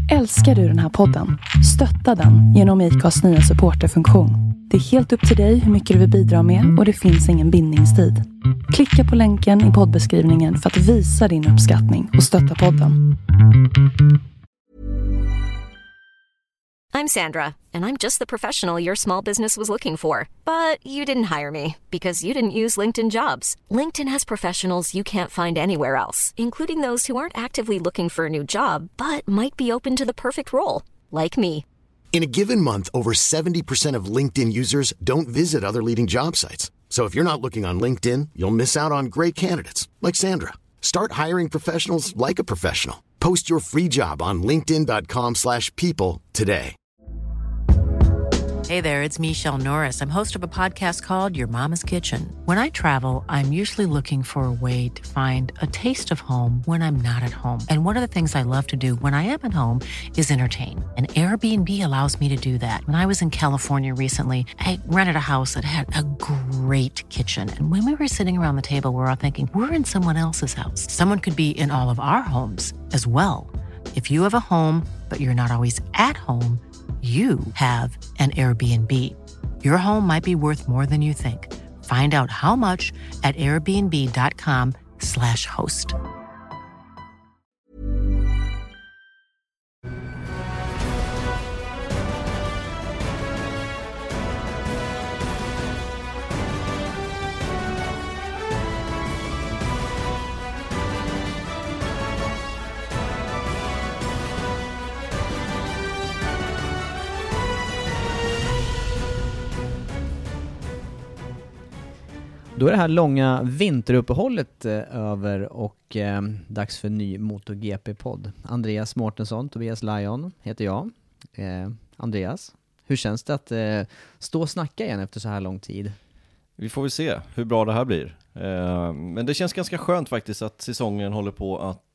Älskar du den här podden? Stötta den genom IKAs nya supporterfunktion. Det är helt upp till dig hur mycket du vill bidra med och det finns ingen bindningstid. Klicka på länken i poddbeskrivningen för att visa din uppskattning och stötta podden. I'm Sandra, and I'm just the professional your small business was looking for. But you didn't hire me because you didn't use LinkedIn Jobs. LinkedIn has professionals you can't find anywhere else, including those who aren't actively looking for a new job, but might be open to the perfect role, like me. In a given month, over 70% of LinkedIn users don't visit other leading job sites. So if you're not looking on LinkedIn, you'll miss out on great candidates like Sandra. Start hiring professionals like a professional. Post your free job on linkedin.com/people today. Hey there, it's Michelle Norris. I'm host of a podcast called Your Mama's Kitchen. When I travel, I'm usually looking for a way to find a taste of home when I'm not at home. And one of the things I love to do when I am at home is entertain. And Airbnb allows me to do that. When I was in California recently, I rented a house that had a great kitchen. And when we were sitting around the table, we were all thinking, we're in someone else's house. Someone could be in all of our homes as well. If you have a home, but you're not always at home, you have an Airbnb. Your home might be worth more than you think. Find out how much at airbnb.com/host. Då är det här långa vinteruppehållet över och dags för en ny MotoGP-podd. Andreas Mårtensson, Tobias Lion heter jag. Andreas, hur känns det att stå och snacka igen efter så här lång tid? Vi får väl se hur bra det här blir. Men det känns ganska skönt faktiskt att säsongen håller på att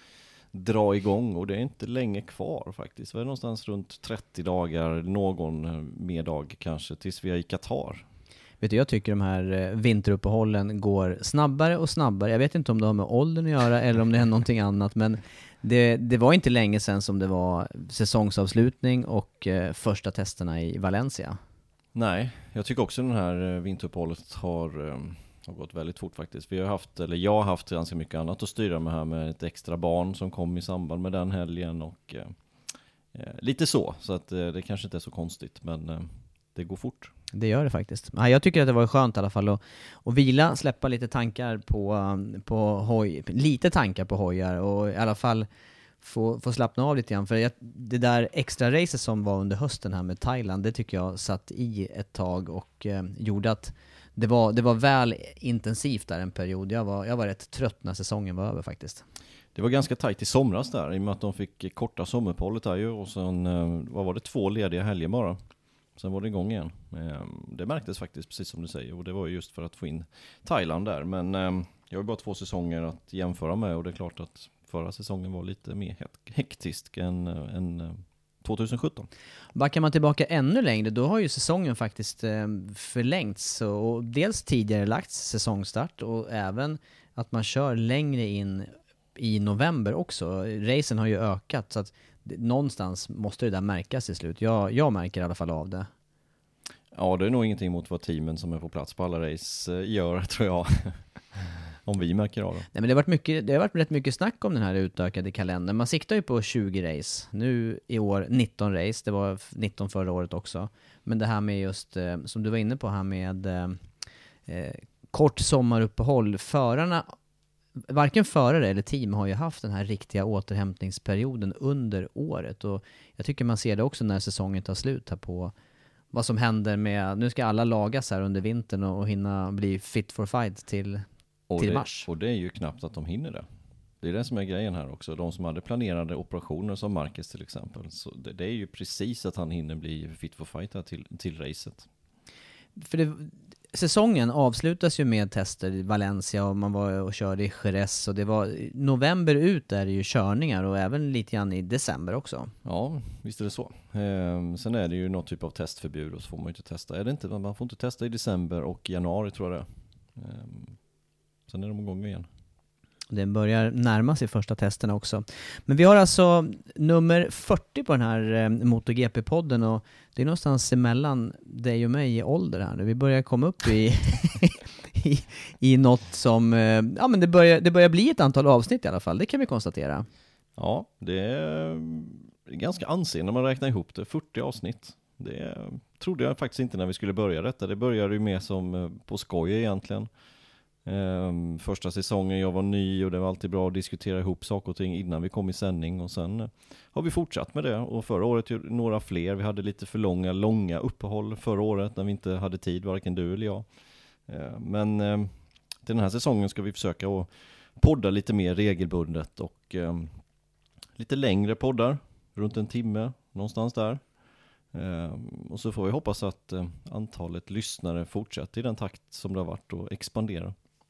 dra igång och det är inte länge kvar faktiskt. Det är någonstans runt 30 dagar, någon mer dag kanske, tills vi är i Qatar. Vet du, jag tycker de här vinteruppehållen går snabbare och snabbare. Jag vet inte om det har med åldern att göra eller om det är någonting annat. Men det var inte länge sedan som det var säsongsavslutning och första testerna i Valencia. Nej, jag tycker också den här vinteruppehållet har gått väldigt fort faktiskt. Jag har haft ganska mycket annat att styra med här, med ett extra barn som kom i samband med den helgen och lite så att det kanske inte är så konstigt, men det går fort. Det gör det faktiskt. Jag tycker att det var skönt i alla fall att vila, släppa lite tankar på hoj, lite tankar på hojar och i alla fall få slappna av lite grann. För det där extra racet som var under hösten här med Thailand, det tycker jag satt i ett tag och gjorde att det var väl intensivt där en period. Jag var rätt trött när säsongen var över faktiskt. Det var ganska tajt i somras där, i och med att de fick korta sommaruppehållet där ju, och sen var det 2 lediga helger bara. Sen var det igång igen. Det märktes faktiskt, precis som du säger. Och det var just för att få in Thailand där. Men jag har bara 2 säsonger att jämföra med. Och det är klart att förra säsongen var lite mer hektisk än 2017. Backar man tillbaka ännu längre, då har ju säsongen faktiskt förlängts. Och dels tidigare lagts säsongstart och även att man kör längre in i november också. Racen har ju ökat så att någonstans måste det där märkas i slut. Jag märker i alla fall av det. Ja, det är nog ingenting mot vad teamen som är på plats på alla race gör, tror jag. Om vi märker av det. Nej, men det har varit rätt mycket snack om den här utökade kalendern. Man siktar ju på 20 race. Nu i år 19 race. Det var 19 förra året också. Men det här med just, som du var inne på här med kort sommaruppehåll. Varken förare eller team har ju haft den här riktiga återhämtningsperioden under året. Och jag tycker man ser det också när säsongen tar slut här på vad som händer med, nu ska alla lagas här under vintern och hinna bli fit for fight till mars. Och det är ju knappt att de hinner det. Det är det som är grejen här också. De som hade planerade operationer som Marquez till exempel. Så det är ju precis att han hinner bli fit for fight här till racet. För säsongen avslutas ju med tester i Valencia och man var och körde i Jerez och det var november ut där är ju körningar och även lite grann i december också. Ja, visst är det så. Sen är det ju något typ av testförbud och så får man ju inte testa. Är det inte, man får inte testa i december och januari tror jag det. Sen är de igång igen. Den börjar närma sig första testerna också. Men vi har alltså nummer 40 på den här MotoGP-podden, och det är någonstans emellan dig och mig i ålder här nu. Vi börjar komma upp i något som, ja men det börjar bli ett antal avsnitt i alla fall, det kan vi konstatera. Ja, det är ganska ansenligt när man räknar ihop det, 40 avsnitt. Det trodde jag faktiskt inte när vi skulle börja detta. Det började ju mer som på skoj egentligen. Första säsongen, jag var ny och det var alltid bra att diskutera ihop saker och ting innan vi kom i sändning, och sen har vi fortsatt med det, och förra året några fler. Vi hade lite för långa uppehåll förra året när vi inte hade tid, varken du eller jag. Men den här säsongen ska vi försöka att podda lite mer regelbundet, och lite längre poddar, runt en timme någonstans där. Och så får vi hoppas att antalet lyssnare fortsätter i den takt som det har varit och expanderar.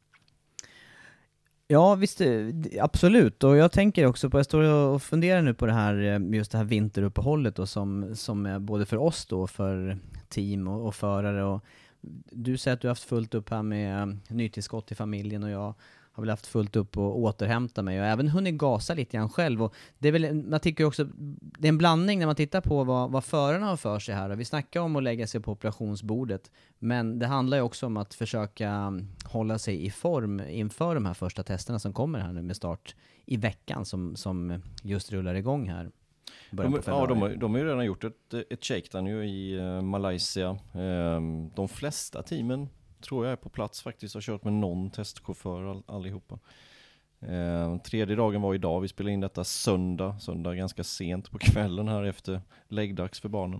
Ja, visst, absolut. Och jag tänker också på, jag står och funderar nu på det här, just det här vinteruppehållet då, som är både för oss då, för team och förare. Och du säger att du har haft fullt upp här med nytillskott i familjen, och jag har väl haft fullt upp och återhämta mig och även hunnit gasa lite grann själv. Och det är väl, man tycker också, det är en blandning när man tittar på vad förarna har för sig här. Och vi snackar om att lägga sig på operationsbordet, men det handlar ju också om att försöka hålla sig i form inför de här första testerna som kommer här nu med start i veckan som just rullar igång här. De har ju redan gjort ett shakedown ju i Malaysia. De flesta teamen tror jag är på plats faktiskt, har kört med någon testchaufför allihopa. Tredje dagen var idag, vi spelade in detta söndag ganska sent på kvällen här efter läggdags för barnen.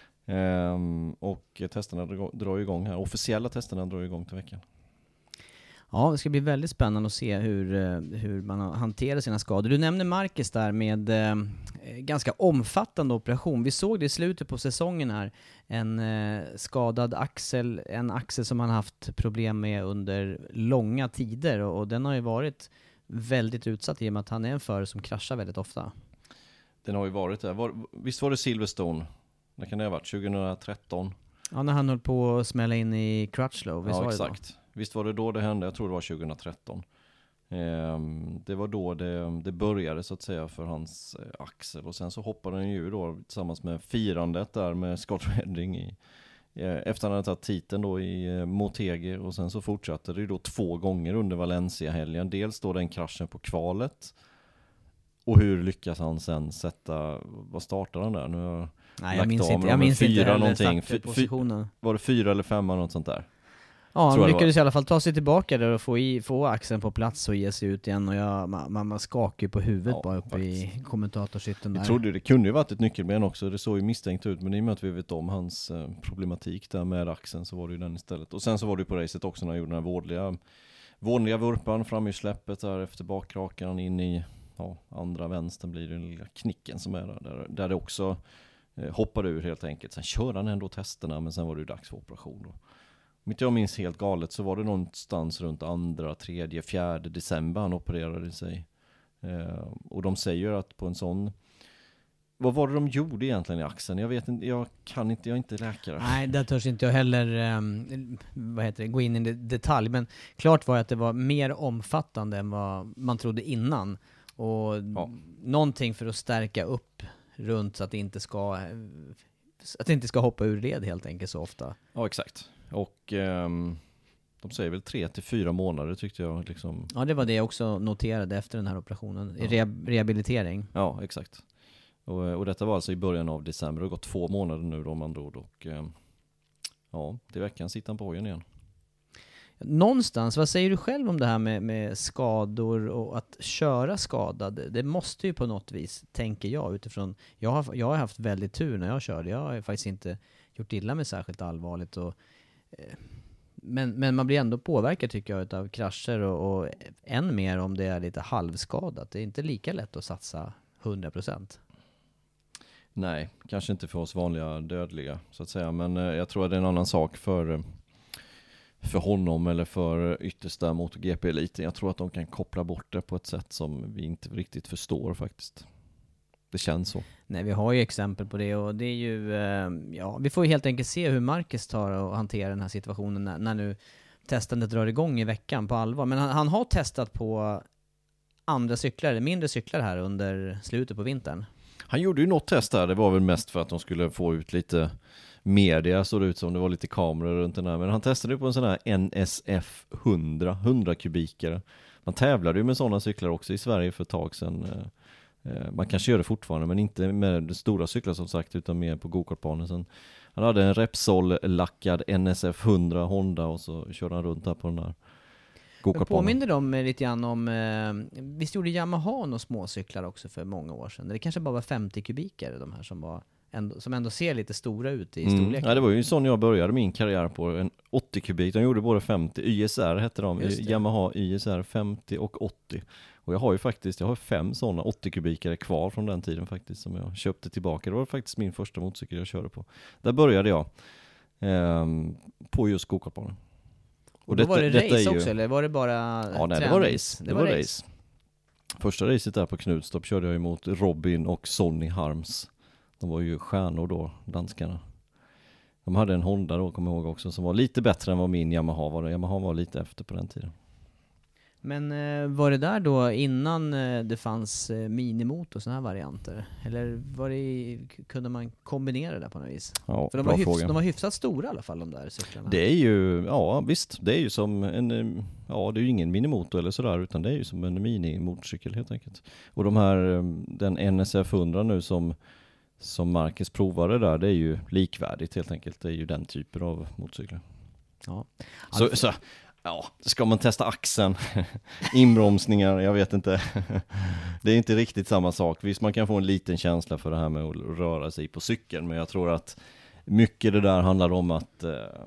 Och testerna drar igång här, officiella testerna drar igång till veckan. Ja, det ska bli väldigt spännande att se hur man hanterar sina skador. Du nämner Marquez där med ganska omfattande operation. Vi såg det i slutet på säsongen här. En skadad axel, en axel som han haft problem med under långa tider. Och den har ju varit väldigt utsatt i och med att han är en förare som kraschar väldigt ofta. Den har ju varit det. Visst var det Silverstone? Det kan det ha varit 2013. Ja, när han höll på att smälla in i Crutchlow. Visst, ja, var exakt. Det då? Visst var det då det hände? Jag tror det var 2013. Det var då det började så att säga för hans axel. Och sen så hoppade han ju då tillsammans med firandet där med Scott Redding efter han hade tagit titeln då i Motegi. Och sen så fortsatte det ju då 2 gånger under Valencia-helgen. Dels då den kraschen på kvalet. Och hur lyckas han sen sätta, vad startar han där? Nu nej, jag minns inte någonting. Var det 4 eller 5 eller något sånt där? Ja, han lyckades i alla fall ta sig tillbaka där och få axeln på plats och ge sig ut igen. Och man skakar ju på huvudet bara uppe i kommentatorshytten där. Jag trodde det kunde ju varit ett nyckelben också. Det såg ju misstänkt ut, men i och med att vi vet om hans problematik där med axeln så var det ju den istället. Och sen så var det ju på racet också när han gjorde den här vårdliga vurpan fram i släppet där efter bakrakan in i andra vänstern blir det den lilla knicken som är där det också hoppade ur helt enkelt. Sen körde han ändå testerna, men sen var det ju dags för operation då. Om inte jag minns helt galet så var det någonstans runt 2, 3, 4 december han opererade sig. Och de säger att på en sån... Vad var det de gjorde egentligen i axeln? Jag vet inte, jag är inte läkare. Nej, där törs inte jag heller gå in i detalj. Men klart var att det var mer omfattande än vad man trodde innan. Och någonting för att stärka upp runt så att det inte ska hoppa ur led helt enkelt så ofta. Ja, exakt. Och de säger väl 3 till 4 månader tyckte jag liksom. Ja, det var det jag också noterade efter den här operationen. Rehabilitering. Ja, exakt. Och detta var alltså i början av december. Det har gått 2 månader nu då man drog. Och till veckan sitter han på hojen igen. Någonstans, vad säger du själv om det här med skador och att köra skadad? Det måste ju på något vis, tänker jag, utifrån... Jag har haft väldigt tur när jag körde. Jag har faktiskt inte gjort illa med särskilt allvarligt. Men man blir ändå påverkad tycker jag av krascher och än mer om det är lite halvskadat. Det är inte lika lätt att satsa 100%. Nej, kanske inte för oss vanliga dödliga så att säga. Men jag tror att det är en annan sak för honom eller för yttersta MotoGP-eliten. Jag tror att de kan koppla bort det på ett sätt som vi inte riktigt förstår faktiskt. Det känns så. Nej, vi har ju exempel på det och det är ju, vi får ju helt enkelt se hur Marquez tar och hanterar den här situationen när nu testandet drar igång i veckan på allvar. Men han har testat på andra cyklar, mindre cyklar här under slutet på vintern. Han gjorde ju något test där, det var väl mest för att de skulle få ut lite media, såg det ut som det var lite kameror runt den här. Men han testade ju på en sån här NSF 100 kubikare. Man tävlade ju med sådana cyklar också i Sverige för ett tag sedan. Man kanske gör det fortfarande, men inte med stora cyklar som sagt, utan mer på go-kartbanan. Sen han hade en Repsol-lackad NSF 100 Honda och så körde han runt där på den där go-kartbanan. Påminner de lite grann om, visst gjorde Yamaha några småcyklar också för många år sedan? Det kanske bara var 50 kubikare, de här som ändå ser lite stora ut i storlek. Ja, det var ju sån jag började min karriär på, en 80 kubik. De gjorde både 50, YSR hette de, Yamaha YSR 50 och 80. Och jag har 5 sådana 80 kubikare kvar från den tiden faktiskt som jag köpte tillbaka. Det var faktiskt min första motorcykel jag körde på. Där började jag på just go-kartbanan. Och då var det race också, eller var det bara ja, nej, det var race. Det var race. Första racet där på Knutstorp körde jag emot Robin och Sonny Harms. De var ju stjärnor då, danskarna. De hade en Honda då, kommer jag ihåg också, som var lite bättre än vad min Yamaha var. Yamaha var lite efter på den tiden. Men var det där då innan det fanns minimotor och såna här varianter? Eller kunde man kombinera det på något vis? Ja, för de var hyfsat stora i alla fall, de där cyklarna. Det är ju, ja visst, det är ju som en, ja det är ju ingen minimotor eller sådär, utan det är ju som en minimotorcykel helt enkelt. Och de här, den NSF 100 nu som Marcus provade där, det är ju likvärdigt helt enkelt. Det är ju den typen av motorcyklar. Ja. Så ja, ska man testa axeln, inbromsningar, jag vet inte. Det är inte riktigt samma sak. Visst, man kan få en liten känsla för det här med att röra sig på cykeln, men jag tror att mycket det där handlar om att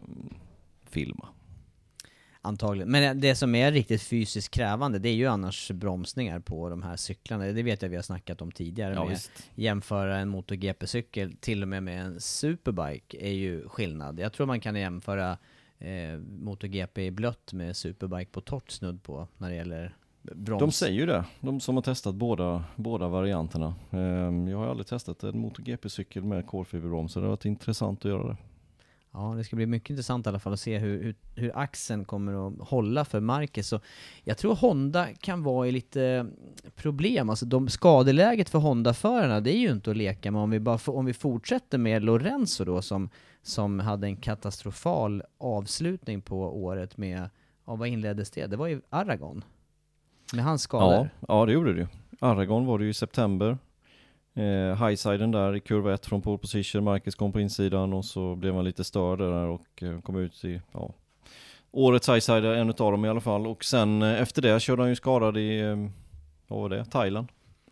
filma. Antagligen. Men det som är riktigt fysiskt krävande, det är ju annars bromsningar på de här cyklarna. Det vet jag vi har snackat om tidigare. Ja, med jämföra en MotoGP-cykel till och med en superbike är ju skillnad. Jag tror man kan jämföra MotoGP i blött med superbike på torrt snudd på när det gäller broms. De säger ju det, de som har testat båda varianterna. Jag har aldrig testat en MotoGP-cykel med kolfiberbroms, så det har varit intressant att göra det. Ja, det ska bli mycket intressant i alla fall att se hur axeln kommer att hålla för Marcus. Så jag tror Honda kan vara i lite problem. Alltså skadeläget för Honda-förarna, det är ju inte att leka med. Om vi fortsätter med Lorenzo då, som hade en katastrofal avslutning på året med, vad inleddes det? Det var ju Aragon med hans skador. Ja, det gjorde det ju. Aragon var det ju i september. Highsiden där i kurva 1 från pole position. Marcus kom på insidan och så blev man lite störd där och kom ut i årets highsider, en av dem i alla fall. Och sen efter det körde han ju skadad i Thailand.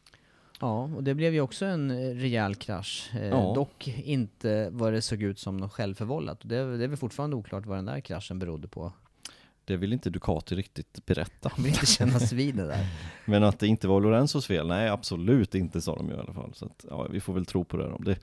Ja, och det blev ju också en rejäl krasch. Dock inte vad det såg ut som något självförvållat. Det är väl fortfarande oklart vad den där kraschen berodde på. Det vill inte Ducati riktigt berätta. De vill inte kännas vid det där. Men att det inte var Lorenzos fel, nej absolut inte, sa de ju i alla fall. Så att, vi får väl tro på det.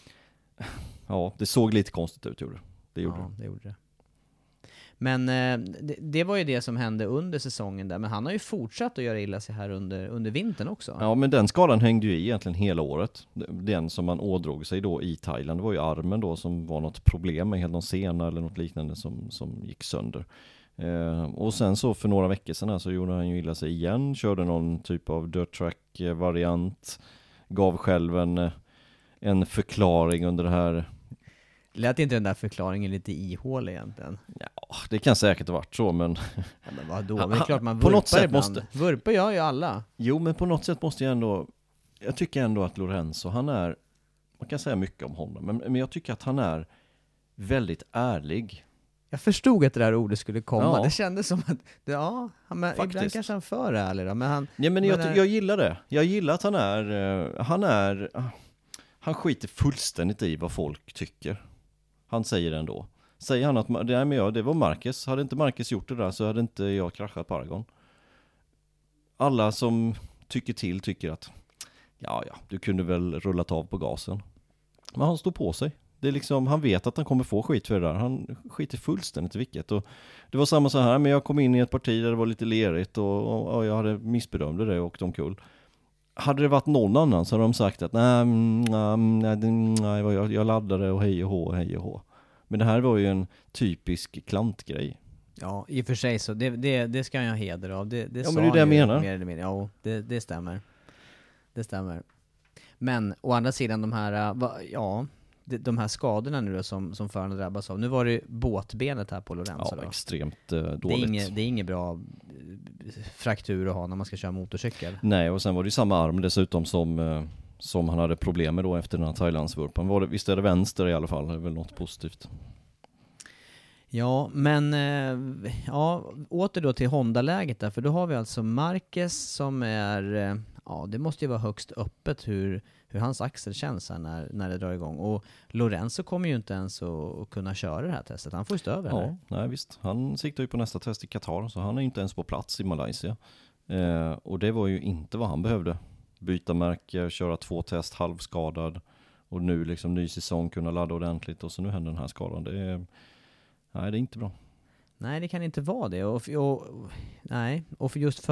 Det såg lite konstigt ut, gjorde det. Det gjorde det. Men det var ju det som hände under säsongen där. Men han har ju fortsatt att göra illa sig här under vintern också. Ja, men den skadan hängde ju i egentligen hela året. Den som man ådrog sig då i Thailand, det var ju armen då som var något problem med, helt någon sena eller något liknande som gick sönder. Och sen så för några veckor sedan här så gjorde han ju illa sig igen, körde någon typ av dirt track variant, gav själv en förklaring under det här. Lät inte den där förklaringen lite ihålig egentligen? Ja, det kan säkert ha varit så, men... Ja, men vadå? Det är klart man vurpar ibland. Vurpar gör ju alla. Jo, men på något sätt måste jag ändå... Jag tycker ändå att Lorenzo, han är... Man kan säga mycket om honom, men jag tycker att han är väldigt ärlig. Jag förstod att det där ordet skulle komma. Ja. Det kändes som att... men ibland kanske han för ärlig då, men han... Ja, men jag gillar det. Jag gillar att han skiter fullständigt i vad folk tycker. Han säger det ändå. Säger han att det var Marcus. Hade inte Marcus gjort det där så hade inte jag kraschat på Aragon. Alla som tycker att du kunde väl rullat av på gasen. Men han står på sig. Det är liksom, han vet att han kommer få skit för det där. Han skiter fullständigt i vilket. Och det var samma så här, men jag kom in i ett parti där det var lite lerigt och jag hade missbedömde det och omkull. Hade det varit någon annan så hade de sagt att jag laddade och hej och hå. Men det här var ju en typisk klantgrej. Ja, i och för sig så det ska jag ha heder av. Det ja, sa men det är det jag menar. Mer eller mindre. Ja, det stämmer. Det stämmer. Men å andra sidan de här skadorna nu då som förarna drabbas av. Nu var det båtbenet här på Lorenzo. Ja, då. extremt dåligt. Det är inget bra fraktur att ha när man ska köra motorcykel. Nej, och sen var det ju samma arm dessutom som han hade problem med då efter den här Thailandsvurpan. Visst är det vänster i alla fall, det är väl något positivt. Ja, men åter då till Honda-läget där, för då har vi alltså Marquez som är, det måste ju vara högst öppet hur hans axel känns här när det drar igång. Och Lorenzo kommer ju inte ens att kunna köra det här testet, han får ju stå över. Ja, nej visst. Han siktar ju på nästa test i Qatar, så han är inte ens på plats i Malaysia. Och det var ju inte vad han behövde. Byta märke, köra 2 test, halvskadad. Och nu liksom ny säsong, kunna ladda ordentligt, och så nu händer den här skadan. Det är inte bra. Nej, det kan inte vara det. Och för just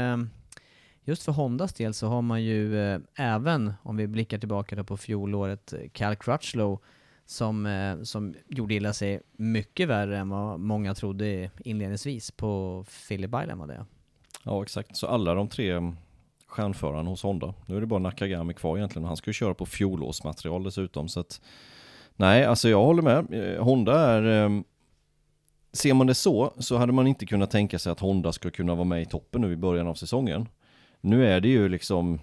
för Hondas del så har man ju även, om vi blickar tillbaka då på fjolåret, Cal Crutchlow som gjorde illa sig mycket värre än vad många trodde inledningsvis på Phillip Island var det. Ja, exakt. Så alla de 3 stjärnförarna hos Honda. Nu är det bara Nakagami kvar egentligen. Han ska ju köra på fjolårsmaterial dessutom. Så att, nej, alltså jag håller med. Honda är... ser man det så hade man inte kunnat tänka sig att Honda ska kunna vara med i toppen nu i början av säsongen. Nu är det ju liksom...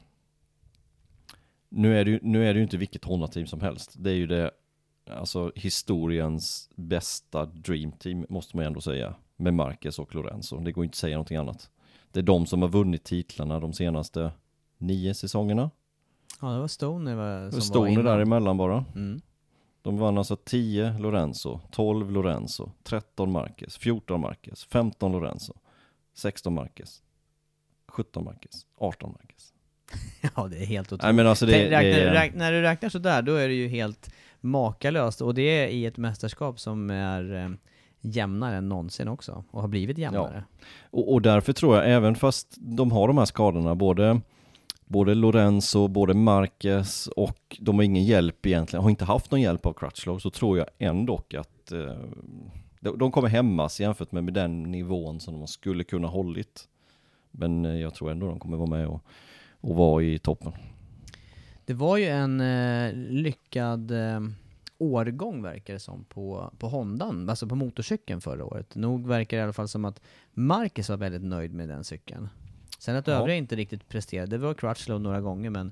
Nu är det ju inte vilket Honda-team som helst. Det är ju det... Alltså historiens bästa dreamteam måste man ändå säga. Med Marquez och Lorenzo. Det går inte att säga någonting annat. Det är de som har vunnit titlarna de senaste 9 säsongerna. Ja, det var Stoner som Stoner var innan. Däremellan bara. Mm. De vann alltså 10 Lorenzo, 12 Lorenzo, 13 Marquez, 14 Marquez, 15 Lorenzo, 16 Marquez, 17 Marquez, 18 Marquez. Ja, det är helt otroligt. Nej, men alltså när du räknar så där, då är det ju helt makalöst. Och det är i ett mästerskap som är jämnare än någonsin också. Och har blivit jämnare. Ja. Och därför tror jag, även fast de har de här skadorna, både Lorenzo, både Marquez, och de har ingen hjälp egentligen, har inte haft någon hjälp av Crutchlow, så tror jag ändå att de kommer hämmas jämfört med den nivån som de skulle kunna hållit. Men jag tror ändå de kommer vara med och vara i toppen. Det var ju en lyckad årgång verkar det som på Hondan, alltså på motorcykeln förra året. Nog verkar det i alla fall som att Marquez var väldigt nöjd med den cykeln. Sen att övriga inte riktigt presterade. Det var Crutchlow några gånger, men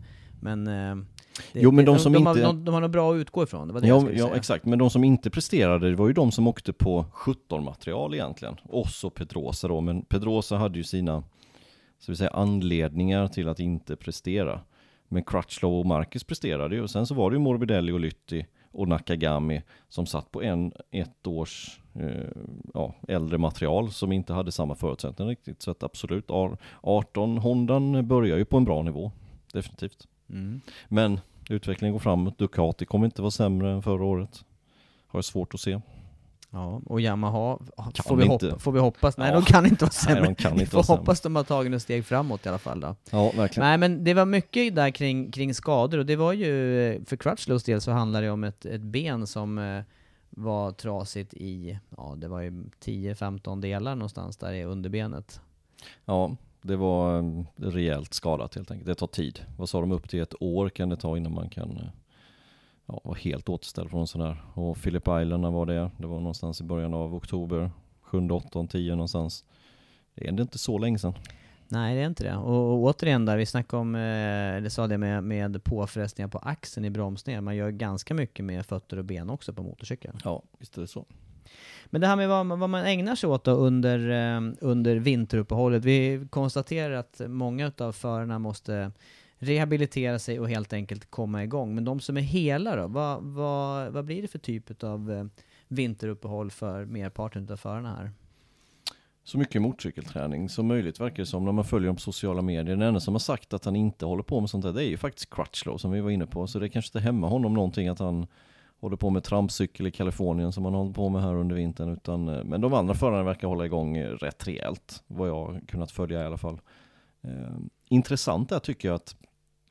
de har något bra att utgå ifrån. Det var det jag skulle säga. Exakt. Men de som inte presterade, det var ju de som åkte på 17-material egentligen. Och så Pedrosa då. Men Pedrosa hade ju sina, så vi säga, anledningar till att inte prestera. Men Crutchlow och Marquez presterade ju. Och sen så var det ju Morbidelli och Lytti och Nakagami som satt på ett års äldre material som inte hade samma förutsättningar riktigt. Så att absolut, 18 Hondan börjar ju på en bra nivå. Definitivt. Mm. Men utvecklingen går framåt. Ducati kommer inte vara sämre än förra året. Har jag svårt att se. Ja, och Yamaha får vi hoppas. Nej, ja. de kan inte vara sämre. Nej, de kan inte vi får hoppas de har tagit ett steg framåt i alla fall då. Ja, verkligen. Nej, men det var mycket där kring skador, och det var ju, för Crutchlows del så handlar det om ett ben som var trasigt i, det var ju 10-15 delar någonstans där i underbenet. Ja, det var rejält skadat helt enkelt. Det tar tid. Vad sa de, upp till 1 år kan det ta innan man kan vara helt återställd från sån här. Och Phillip Island var det var någonstans i början av oktober, 7, 8, 10 någonstans. Det är inte så länge sedan. Nej, det är inte det. Och återigen där, vi snackade om, det sa det med påfrestningar på axeln i bromsningen. Man gör ganska mycket med fötter och ben också på motorcykeln. Ja, visst är det så. Men det här med vad man ägnar sig åt då under vinteruppehållet. Vi konstaterar att många av förarna måste rehabilitera sig och helt enkelt komma igång. Men de som är hela då, vad blir det för typ av vinteruppehåll för merparten av förarna här? Så mycket motorcykelträning som möjligt verkar det som när man följer de sociala medier. Den enda som har sagt att han inte håller på med sånt där, det är ju faktiskt Crutchlow som vi var inne på. Så det kanske inte hämmar honom någonting att han håller på med trampcykel i Kalifornien som han håller på med här under vintern. Men de andra förarna verkar hålla igång rätt rejält, vad jag har kunnat följa i alla fall. Intressant är tycker jag att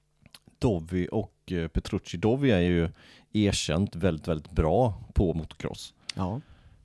Dovi och Petrucci. Dovi är ju erkänt väldigt, väldigt bra på motocross. Ja.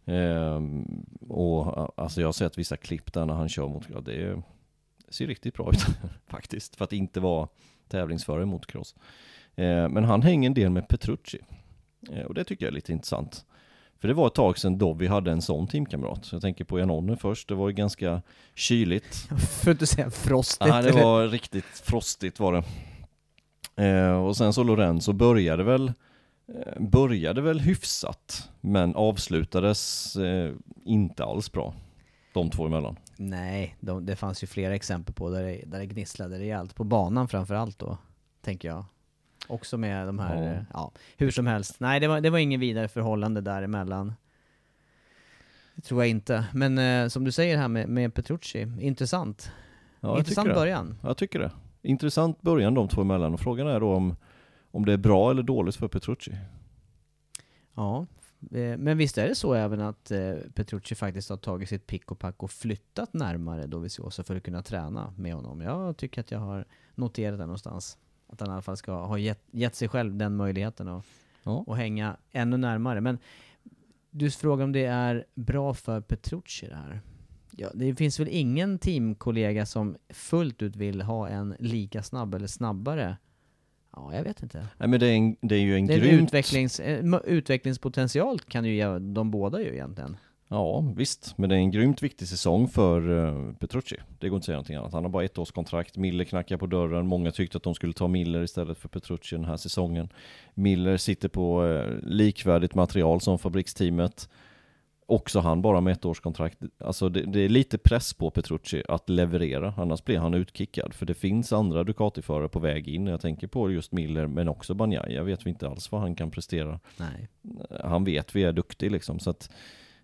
Och alltså jag har sett vissa klipp där när han kör motocross. Det ser riktigt bra ut faktiskt, för att inte vara tävlingsförare i motocross. Men han hänger en del med Petrucci. Och det tycker jag är lite intressant. För det var ett tag sedan då vi hade en sån teamkamrat. Så jag tänker på Janone först. Det var ju ganska kyligt. För att inte säga frostigt. Ja, det var riktigt frostigt var det. Och sen så Lorenzo började väl hyfsat. Men avslutades inte alls bra. De två emellan. Nej, det fanns ju flera exempel på där det gnisslade rejält. På banan framförallt då, tänker jag. Också med de här, hur som helst. Nej, det var ingen vidare förhållande däremellan. Det tror jag inte. Men som du säger här med Petrucci, intressant. Ja, intressant början. Jag tycker det. Intressant början de två emellan. Och frågan är då om det är bra eller dåligt för Petrucci. Ja, men visst är det så även att Petrucci faktiskt har tagit sitt pick och pack och flyttat närmare Dovizioso för att kunna träna med honom. Jag tycker att jag har noterat det någonstans. Att han i alla fall ska ha gett sig själv den möjligheten och hänga ännu närmare. Men du frågar om det är bra för Petrucci det här. Ja, det finns väl ingen teamkollega som fullt ut vill ha en lika snabb eller snabbare. Ja, jag vet inte. Nej, men det är ju en grymt... utvecklingspotential kan ju ge de båda ju egentligen. Ja, visst. Men det är en grymt viktig säsong för Petrucci. Det går inte att säga någonting annat. Han har bara 1 års kontrakt. Miller knackar på dörren. Många tyckte att de skulle ta Miller istället för Petrucci den här säsongen. Miller sitter på likvärdigt material som fabriksteamet. Också han bara med 1 års kontrakt. Alltså det är lite press på Petrucci att leverera. Annars blir han utkickad. För det finns andra Ducati-förare på väg in. Jag tänker på just Miller men också Bagnaia. Jag vet vi inte alls vad han kan prestera. Nej. Han vet vi är duktig liksom. Så att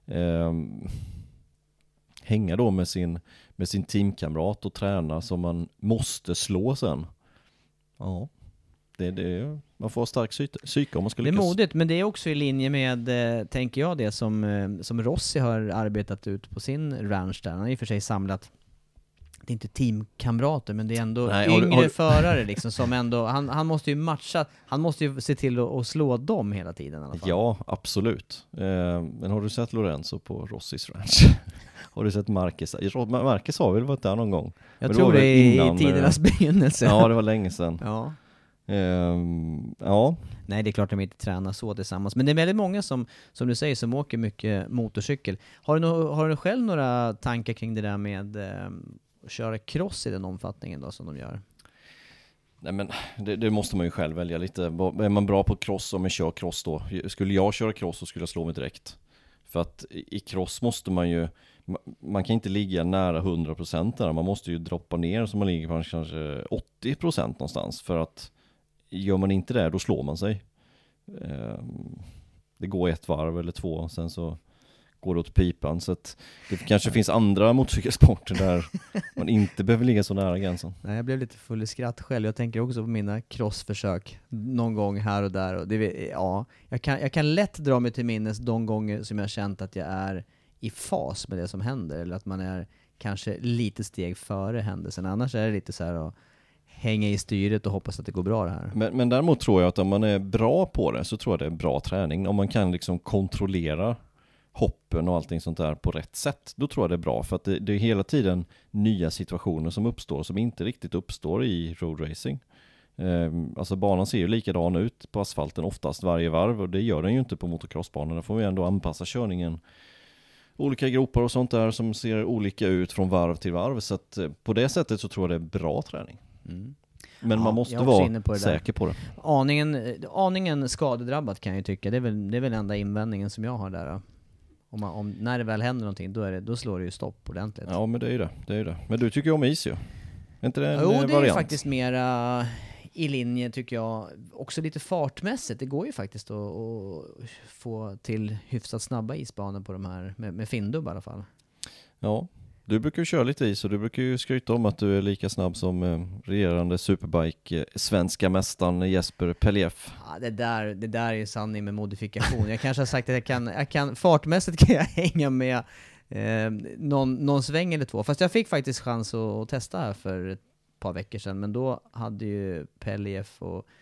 hänga då med sin teamkamrat och träna som man måste slå sen. Ja, det man får stark psyke om man ska lyckas. Det är modigt, men det är också i linje med, tänker jag, det som Rossi har arbetat ut på sin ranch där. Han har i och för sig samlat, det är inte teamkamrater, men det är ändå yngre förare liksom, som ändå, han måste ju matcha, han måste ju se till att slå dem hela tiden i alla fall. Ja, absolut. Men har du sett Lorenzo på Rossis ranch? Har du sett Marquez? Marquez har väl varit där någon gång? Jag tror det är i tidernas begynnelse. Ja, det var länge sedan. Ja. Ja. Nej, det är klart att de inte tränar så tillsammans. Men det är väldigt många som du säger, som åker mycket motorcykel. Har du själv några tankar kring det där med att köra cross i den omfattningen då som de gör? Nej, men det måste man ju själv välja lite. Är man bra på cross, om man kör cross då? Skulle jag köra cross så skulle jag slå mig direkt. För att i cross måste man kan inte ligga nära 100% där. Man måste ju droppa ner så man ligger på kanske 80% någonstans. För att gör man inte det, då slår man sig. Det går 1 varv eller 2, sen så går det åt pipan. Så att det kanske finns andra motorcykelsporter där man inte behöver ligga så nära gränsen. Nej, jag blev lite full i skratt själv. Jag tänker också på mina crossförsök någon gång här och där. Och jag kan lätt dra mig till minnes de gånger som jag känt att jag är i fas med det som händer. Eller att man är kanske lite steg före händelsen. Annars är det lite så här att hänga i styret och hoppas att det går bra det här. Men däremot tror jag att om man är bra på det så tror jag det är bra träning. Om man kan liksom kontrollera hoppen och allting sånt där på rätt sätt, då tror jag det är bra. För att det är hela tiden nya situationer som uppstår som inte riktigt uppstår i roadracing. Alltså banan ser ju likadan ut på asfalten oftast varje varv, och det gör den ju inte på motocrossbanan. Där får vi ändå anpassa körningen. Olika gropar och sånt där som ser olika ut från varv till varv. Så att på det sättet så tror jag det är bra träning. Mm. Men man måste vara säker på det. Aningen skadedrabbat kan jag ju tycka. Det är väl enda invändningen som jag har där. Om när det väl händer någonting, då slår det ju stopp ordentligt. Ja, men det är ju det. Men du tycker ju om is ju. Är inte det en variant? Det är ju faktiskt mera i linje tycker jag. Också lite fartmässigt. Det går ju faktiskt att få till hyfsat snabba isbanor på de här med findubb i alla fall. Ja. Du brukar ju köra lite is och du brukar ju skryta om att du är lika snabb som regerande superbike svenska mästaren Jesper Pellief. Ja, det där är ju sanning med modifikation. Jag kanske har sagt att jag kan fartmässigt kan jag hänga med någon sväng eller 2. Fast jag fick faktiskt chans att testa här för ett par veckor sedan. Men då hade ju Pellief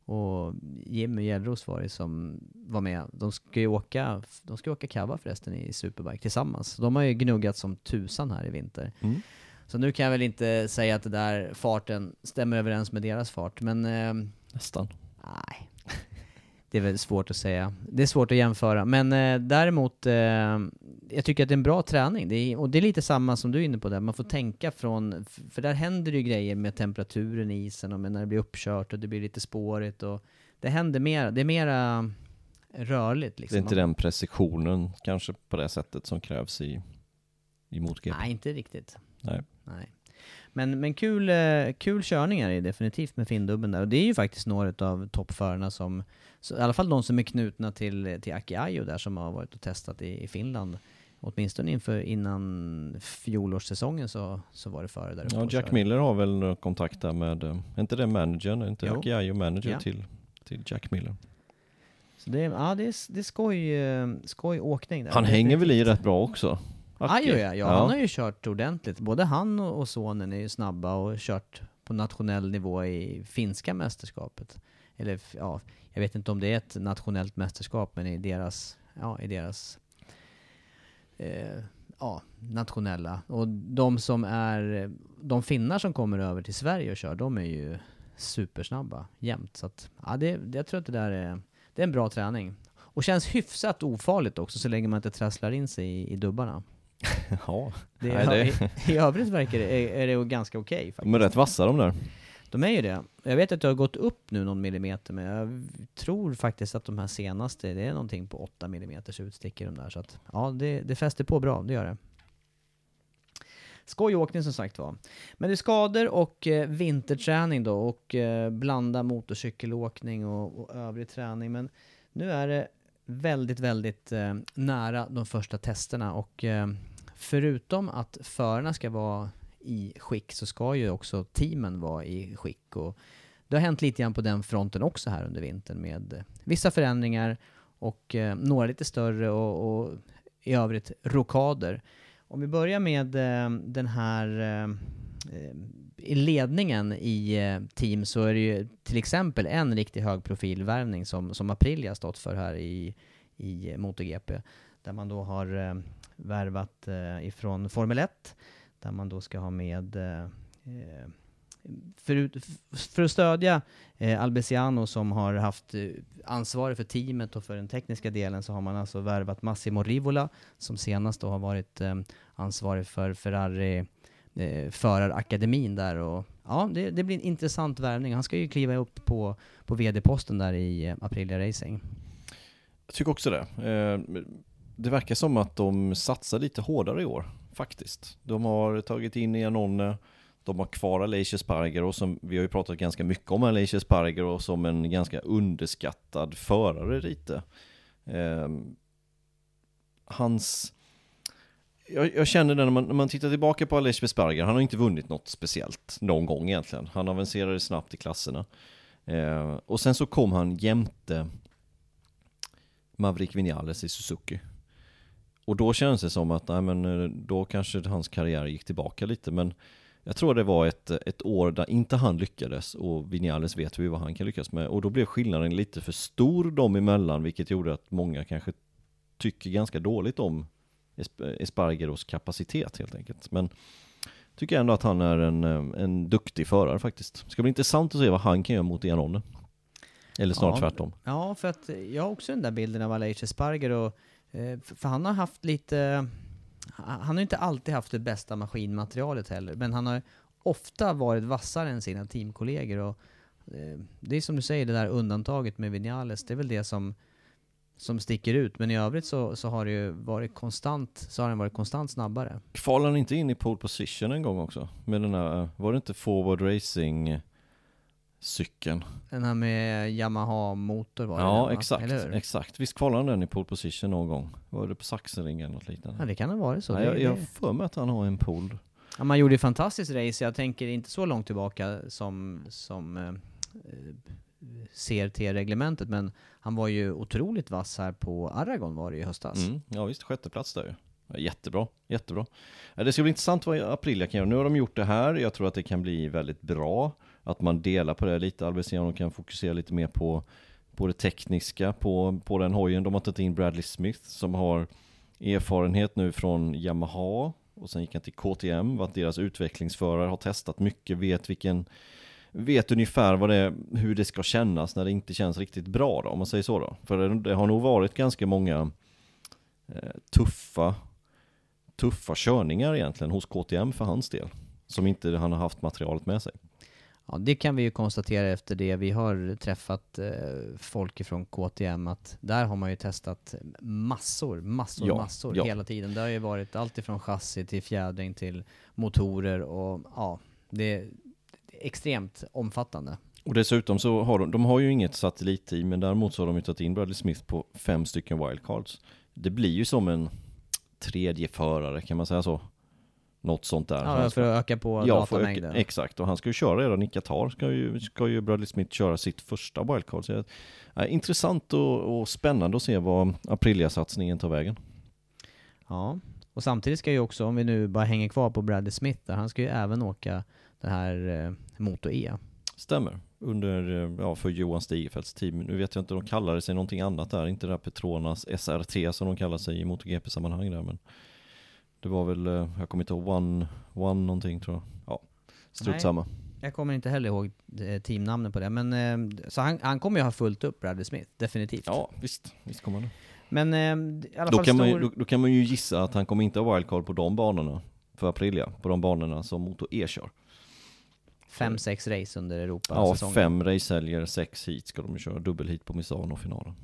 och Jimmy Gällros var det som var med. De ska ju åka Cava förresten i Superbike tillsammans. De har ju gnuggat som tusan här i vinter. Så nu kan jag väl inte säga att det där farten stämmer överens med deras fart, men nästan. Nej. Det är väl svårt att säga. Det är svårt att jämföra. Men däremot, jag tycker att det är en bra träning. Och det är lite samma som du är inne på där. Man får tänka för där händer det ju grejer med temperaturen i isen och när det blir uppkört och det blir lite spårigt. Och det händer mer. Det är mera rörligt. Liksom. Det är inte den precisionen kanske på det sättet som krävs i MotoGP. Nej, inte riktigt. Nej. Men kul körningar är definitivt med Findubben där. Och det är ju faktiskt några av toppförarna som, i alla fall de som är knutna till Aki Ajo där, som har varit och testat i Finland. Åtminstone innan fjolårssäsongen så var det före där uppe. Ja, Jack Miller har väl kontakt där med, är inte det managern? Är inte Aki Ajo manager till Jack Miller? Så det är skoj åkning där. Han hänger väl i rätt bra också. Ja, han har ju kört ordentligt. Både han och sonen är ju snabba och kört på nationell nivå i finska mästerskapet. Eller ja, jag vet inte om det är ett nationellt mästerskap, men i deras nationella. Och de finnar som kommer över till Sverige och kör, de är ju supersnabba jämt. Så att, jag tror att det där är en bra träning. Och känns hyfsat ofarligt också, så länge man inte trasslar in sig i dubbarna. Ja, I övrigt verkar är det ganska okej faktiskt. De är rätt vassa de där. De är ju det. Jag vet att det har gått upp nu någon millimeter, men jag tror faktiskt att de här senaste, det är någonting på 8 millimeters utsticker de där. Så att, ja, det fäster på bra, det gör det. Skojåkning som sagt var. Men det är skador och vinterträning då, och blanda motorcykelåkning och övrig träning. Men nu är det väldigt, väldigt nära de första testerna, och förutom att förarna ska vara i skick så ska ju också teamen vara i skick, och det har hänt lite grann på den fronten också här under vintern med vissa förändringar och några lite större och i övrigt rokader. Om vi börjar med den här i ledningen i team, så är det ju till exempel en riktig högprofilvärvning som Aprilia stått för här i MotoGP, där man då har värvat ifrån Formel 1, där man då ska ha med för att stödja Albesiano, som har haft ansvar för teamet och för den tekniska delen, så har man alltså värvat Massimo Rivola, som senast då har varit ansvarig för Ferrari förarakademin där. Och ja, det blir en intressant värvning. Han ska ju kliva upp på vd-posten där i Aprilia Racing. Jag tycker också det. Det verkar som att de satsar lite hårdare i år, faktiskt. De har tagit in Iannone, de har kvar Aleix Espargaro, som vi har ju pratat ganska mycket om Aleix Espargaro som en ganska underskattad förare lite. Jag känner det när man tittar tillbaka på Aleix Espargaro, han har inte vunnit något speciellt någon gång egentligen. Han avancerade snabbt i klasserna. Och sen så kom han jämte Maverick Vinales i Suzuki. Och då känns det som att då kanske hans karriär gick tillbaka lite, men jag tror det var ett år där inte han lyckades, och Vinales vet vi vad han kan lyckas med, och då blev skillnaden lite för stor dem emellan, vilket gjorde att många kanske tycker ganska dåligt om Espargaros kapacitet helt enkelt. Men tycker ändå att han är en duktig förare faktiskt. Det ska bli intressant att se vad han kan göra mot Iannone. Eller snart tvärtom. Ja, för att jag har också den där bilden av Aleix Espargaro, för han har haft lite... Han har inte alltid haft det bästa maskinmaterialet heller, men han har ofta varit vassare än sina teamkollegor, och det är som du säger, det där undantaget med Vinales, det är väl det som sticker ut, men i övrigt så har det ju varit konstant, han varit konstant snabbare. Kvalade han inte in i pole position en gång också? Med den här, var det inte Forward Racing cykeln? Den här med Yamaha-motor var det? Ja, exakt. Visst kvalade han den i pole position någon gång? Var det på Sachsenring eller något liknande? Ja, det kan ha varit så. Ja, jag får med att han har en pole. Ja, man gjorde ju fantastiskt race. Jag tänker inte så långt tillbaka som CRT-reglementet, men han var ju otroligt vass här på Aragon var det i höstas. Ja visst, 6:e plats där ju. Ja, jättebra. Det ska bli intressant vad Aprilia kan göra. Nu har de gjort det här. Jag tror att det kan bli väldigt bra. att man delar på det lite. Albesiano kan fokusera lite mer på det tekniska på den hojen. De har tagit in Bradley Smith som har erfarenhet nu från Yamaha och sen gick han till KTM, varit deras utvecklingsförare, har testat mycket, vet ungefär hur det ska kännas när det inte känns riktigt bra då, om man säger så då. För det har nog varit ganska många tuffa körningar egentligen hos KTM för hans del, som inte han har haft materialet med sig. Ja, det kan vi ju konstatera efter det. Vi har träffat folk från KTM att där har man ju testat massor hela tiden. Det har ju varit allt ifrån chassi till fjädring till motorer och ja, det är extremt omfattande. Och dessutom så har de har ju inget satellitteam, men däremot så har de ju tagit in Bradley Smith på 5 stycken wildcards. Det blir ju som en tredje förare, kan man säga så. Något sånt där. Ja, för att öka på datamängden. Exakt, och han ska ju köra redan i Qatar. Ska ju Bradley Smith köra sitt första wildcard. Så intressant och spännande att se vad Aprilia-satsningen tar vägen. Ja, och samtidigt ska ju också, om vi nu bara hänger kvar på Bradley Smith där, han ska ju även åka det här Moto E. Stämmer. För Johan Stigefeldts team. Nu vet jag inte, de kallar sig någonting annat där. Inte det där Petronas SRT som de kallar sig i MotoGP-sammanhang där, men det var väl, jag kommer inte ihåg, One någonting tror jag. Ja, strutt samma. Jag kommer inte heller ihåg teamnamnen på det, men så han kommer ju ha fullt upp Bradley Smith, definitivt. Ja, visst kommer han. Men i alla fall då kan man ju gissa att han kommer inte ha wildcard på de banorna för Aprilia, på de banorna som Moto E kör. 5-6 race under Europa-säsongen. Ja, 5 racehelger, 6 hit ska de ju köra, dubbelhit på Misano-finalen.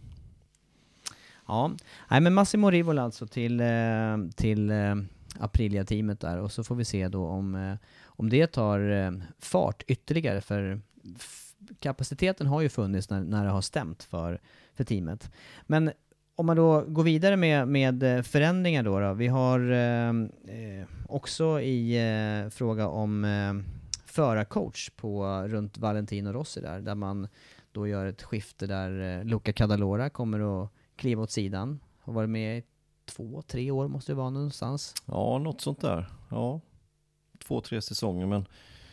Ja, nej, men Massimo Rivola alltså till Aprilia-teamet där, och så får vi se då om det tar fart ytterligare, för kapaciteten har ju funnits när det har stämt för teamet. Men om man då går vidare med förändringar då, vi har också i fråga om förarcoach runt Valentino Rossi där man då gör ett skifte där Luca Cadalora kommer att kliva åt sidan. Har varit med i 2-3 år måste det vara någonstans. Ja, något sånt där. Ja, 2-3 säsonger, men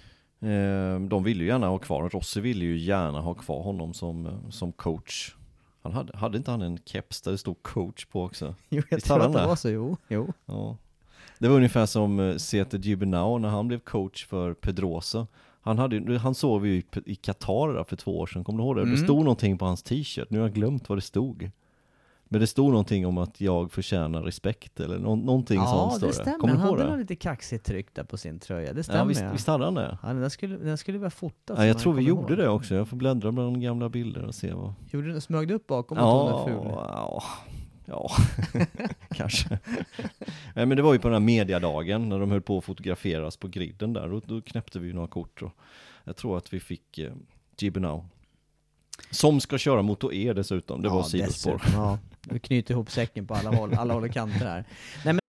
de vill ju gärna ha kvar. Rossi ville ju gärna ha kvar honom som coach. Hade inte han en keps där det stod coach på också? Jo, jag tror att det var så, jo. Ja. Det var ungefär som Sete Gibernau när han blev coach för Pedrosa. Han sov ju i Qatar för 2 år sedan, kommer du ihåg det? Det stod någonting på hans t-shirt, nu har jag glömt vad det stod. Men det stod någonting om att jag förtjänar respekt eller någonting sånt. Ja, det stämmer. Han hade nog lite kaxigt tryck där på sin tröja. Det stämmer. Ja, visst hade han det. Ja, den skulle vara fotad. Ja, jag tror vi gjorde det också. Jag får bläddra bland de gamla bilder och se vad... Gjorde du smögde upp bakom att hon är ful? Ja, kanske. Nej, men det var ju på den här mediadagen när de höll på att fotograferas på griden där. Då knäppte vi några kort. Och jag tror att vi fick Gibernau. Som ska köra Moto E dessutom. Det var sidospår. Ja, vi knyter ihop säcken på alla håll och kanter här. Nej, men...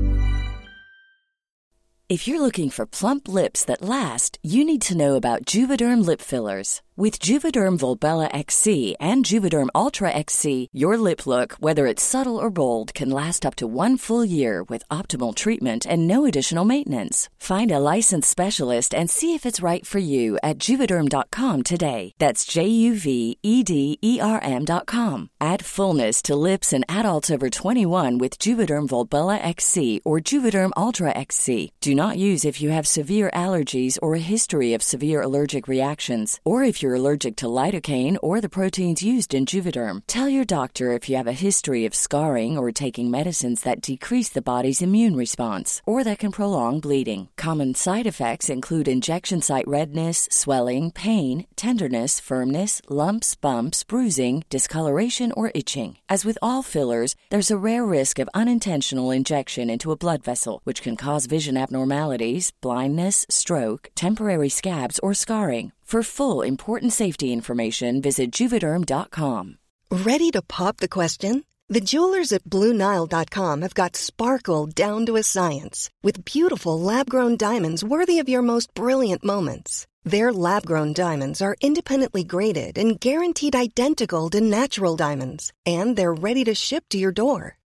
If you're looking for plump lips that last, you need to know about Juvederm lip fillers. With Juvederm Volbella XC and Juvederm Ultra XC, your lip look, whether it's subtle or bold, can last up to 1 full year with optimal treatment and no additional maintenance. Find a licensed specialist and see if it's right for you at Juvederm.com today. That's JUVEDERM.com. Add fullness to lips in adults over 21 with Juvederm Volbella XC or Juvederm Ultra XC. Do not use if you have severe allergies or a history of severe allergic reactions, or if you're allergic to lidocaine or the proteins used in Juvederm. Tell your doctor if you have a history of scarring or taking medicines that decrease the body's immune response or that can prolong bleeding. Common side effects include injection site redness, swelling, pain, tenderness, firmness, lumps, bumps, bruising, discoloration, or itching. As with all fillers, there's a rare risk of unintentional injection into a blood vessel, which can cause vision abnormalities, blindness, stroke, temporary scabs, or scarring. For full, important safety information, visit Juvederm.com. Ready to pop the question? The jewelers at BlueNile.com have got sparkle down to a science with beautiful lab-grown diamonds worthy of your most brilliant moments. Their lab-grown diamonds are independently graded and guaranteed identical to natural diamonds, and they're ready to ship to your door.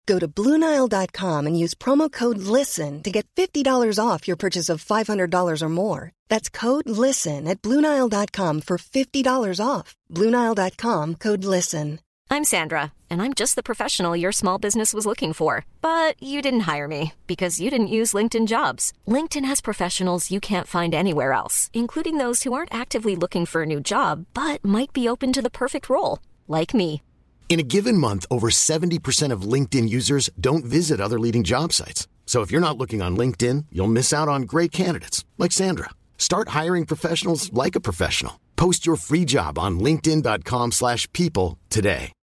Go to BlueNile.com and use promo code LISTEN to get $50 off your purchase of $500 or more. That's code LISTEN at BlueNile.com for $50 off. BlueNile.com, code LISTEN. I'm Sandra, and I'm just the professional your small business was looking for. But you didn't hire me because you didn't use LinkedIn Jobs. LinkedIn has professionals you can't find anywhere else, including those who aren't actively looking for a new job, but might be open to the perfect role, like me. In a given month, over 70% of LinkedIn users don't visit other leading job sites. So if you're not looking on LinkedIn, you'll miss out on great candidates like Sandra. Start hiring professionals like a professional. Post your free job on linkedin.com/people today.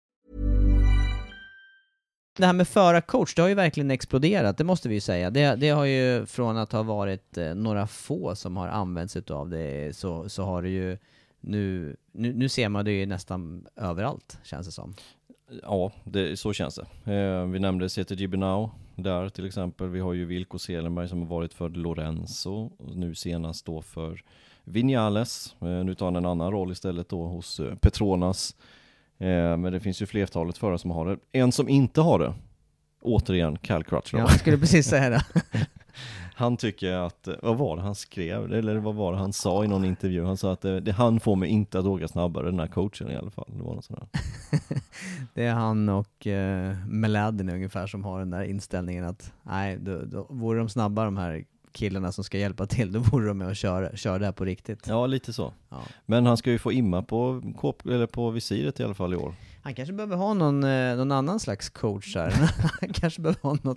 Det här med förarcoach, det har ju verkligen exploderat, det måste vi ju säga. Det har ju från att ha varit några få som har använt sig av det, så har det ju nu ser man det ju nästan överallt, känns det som. Ja, så känns det. Vi nämnde CTG Benau där till exempel. Vi har ju Wilco Selenberg som har varit för Lorenzo och nu senast då för Vinales. Nu tar han en annan roll istället då hos Petronas. Men det finns ju flertalet förare som har det. En som inte har det, återigen Cal Crutchlow. Jag skulle precis säga det. Han tycker att, vad var det han skrev? Eller vad var det han sa i någon intervju? Han sa att han får mig inte att åka snabbare, den här coachen i alla fall. Det var något sådär. Det är han och Meladen ungefär som har den där inställningen att nej, då vore de snabba de här killarna som ska hjälpa till, då vore de med och köra det här på riktigt. Ja, lite så. Ja. Men han ska ju få imma på visiret i alla fall i år. Han kanske behöver ha någon annan slags coach här. Han kanske behöver ha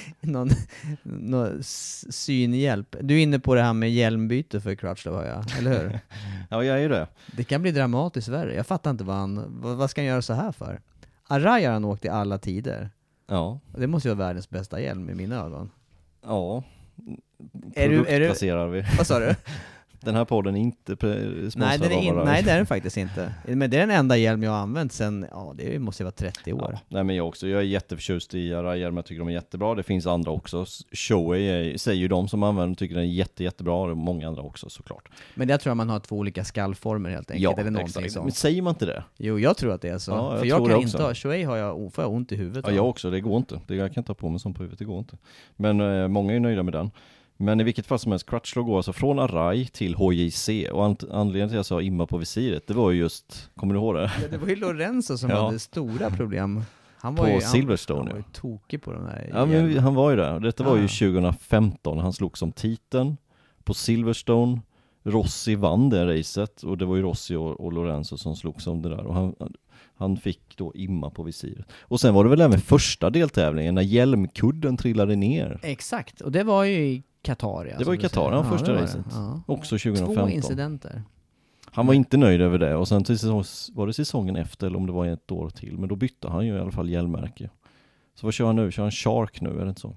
någon synhjälp. Du är inne på det här med hjälmbyte för Crutchlow, har jag, eller hur? Ja, jag är ju det. Det kan bli dramatiskt värre. Jag fattar inte vad ska han göra så här för? Arai har han åkt i alla tider. Ja. Det måste ju vara världens bästa hjälm i mina ögon. Ja. Produktplacerar vi. Vad sa du? Den här podden är inte sponsrad nej, av Arai. Nej, det är den faktiskt inte. Men det är den enda hjälm jag har använt sen, det måste ju vara 30 år. Ja, nej, men jag är jätteförtjust i Arai-hjälm. Jag tycker de är jättebra. Det finns andra också. Shoei säger ju de som använder tycker den är jättebra, och många andra också såklart. Men det tror jag man har 2 olika skallformer helt enkelt. Ja, eller någonting sånt. Men säger man inte det? Jo, jag tror att det är så. Ja, för jag kan inte ha Shoei, får jag ont i huvudet. Ja, jag också. Det går inte. Jag kan inte ha på mig sånt på huvudet, det går inte. Men många är nöjda med den. Men i vilket fall som helst, Crutchlow går alltså från Arai till HJC, och anledningen till att jag sa imma på visiret, det var ju just, kommer du ihåg det? Ja, det var ju Lorenzo som hade stora problem. Han var på ju, Silverstone. Han var ju tokig på de där. Ja, men han var ju det. Detta var ju 2015. Han slog som titeln på Silverstone. Rossi vann det racet, och det var ju Rossi och Lorenzo som slog som det där. Och han fick då imma på visiret. Och sen var det väl även första deltävlingen när hjälmkudden trillade ner. Exakt, och det var ju i Qatar. Det var i Qatar, första racet. Ja. Också 2015. 2 incidenter. Han var inte nöjd över det, och sen var det säsongen efter, eller om det var ett år till. Men då bytte han ju i alla fall hjälmmärke. Så vad kör han nu? Kör han Shark nu, är det inte så?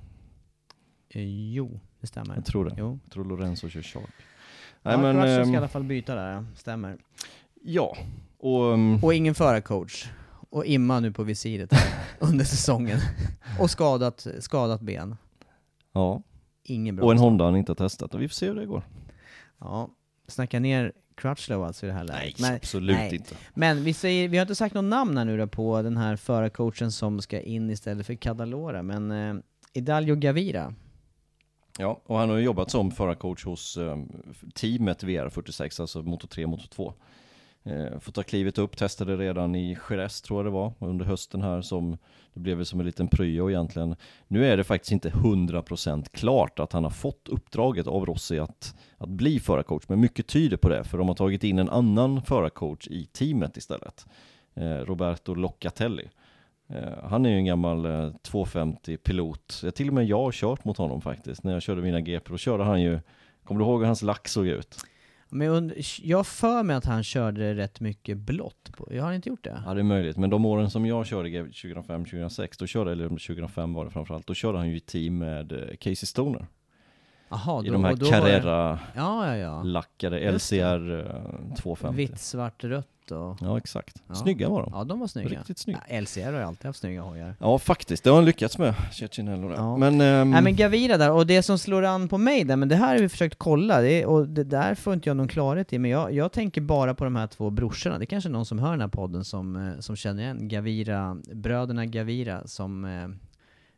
Jo, det stämmer. Jag tror det. Jo. Jag tror Lorenzo kör Shark. Nej, men Crutchlow ska i alla fall byta där, stämmer. Ja. Och ingen förarcoach. Och imma nu på visiret här under säsongen. Och skadat ben. Ja. Ingen bra. Och en Honda han inte har testat. Och vi får se hur det går. Ja, snacka ner Crutchlow alltså i det här läget. Nej, absolut inte. Men vi har inte sagt någon namn här nu då på den här förarcoachen som ska in istället för Cadalora. Men Hidalgo Gavira. Ja, och han har ju jobbat som förarcoach hos teamet VR46, alltså Moto 3 Moto 2. Får ta klivet upp, testade redan i Jerez tror jag det var, under hösten här, som det blev som en liten pryo egentligen. Nu är det faktiskt inte 100% klart att han har fått uppdraget av Rossi att bli förarcoach, men mycket tyder på det, för de har tagit in en annan förarcoach i teamet istället. Roberto Locatelli. Han är ju en gammal 250-pilot. Till och med jag har kört mot honom faktiskt. När jag körde mina GP, då körde han ju, kommer du ihåg hur hans lack såg ut? Men jag för mig att han körde rätt mycket blått på. Jag har inte gjort det. Ja, det är möjligt. Men de åren som jag körde 2005-2006, då körde, eller 2005 var det framförallt, då körde han ju i team med Casey Stoner. Aha, i de här Carrera-lackade LCR 250. Vitt, svart, rött. Och... Ja, exakt. Snygga var de. Ja, de var snygga. Riktigt snygga. Ja, LCR har ju alltid haft snygga hojar. Ja, faktiskt. Det har han lyckats med, Cecchinello. Ja. Men, Nej, men Gavira där, och det som slår an på mig där, men det här har vi försökt kolla, och det där får inte jag någon klarhet i, men jag tänker bara på de här 2 brorsorna. Det är kanske någon som hör den här podden som känner igen Gavira, bröderna Gavira, som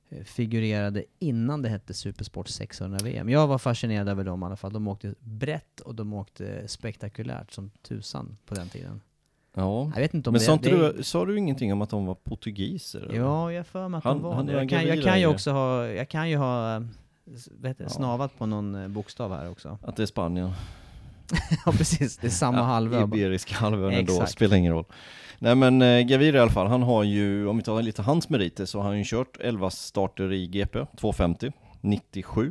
figurerade innan det hette Supersport 600 VM. Jag var fascinerad över dem i alla fall. De åkte brett och de åkte spektakulärt som tusan på den tiden. Ja, jag vet inte om men sa du ingenting om att de var portugiser? Eller? Ja, jag för mig att de var det. Jag kan ju ha snavat på någon bokstav här också. Att det är Spanien. Ja, precis. Det är samma halvö. Iberiska halvön ändå, spelar ingen roll. Nej, men Gaviria i alla fall, han har ju, om vi tar lite hans meriter, så har han ju kört 11 starter i GP, 250, 97.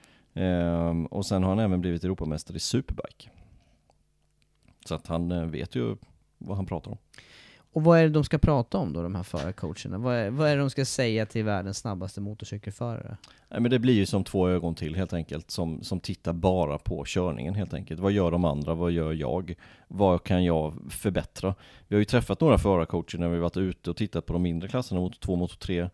Och sen har han även blivit Europamästare i Superbike. Så att han vet ju vad han pratar om. Och vad är det de ska prata om då, de här förarcoacherna? Vad är det de ska säga till världens snabbaste motorcykelförare? Nej, men det blir ju som 2 ögon till helt enkelt, som tittar bara på körningen helt enkelt. Vad gör de andra? Vad gör jag? Vad kan jag förbättra? Vi har ju träffat några förarcoacher när vi varit ute och tittat på de mindre klasserna, Moto 2, Moto 3,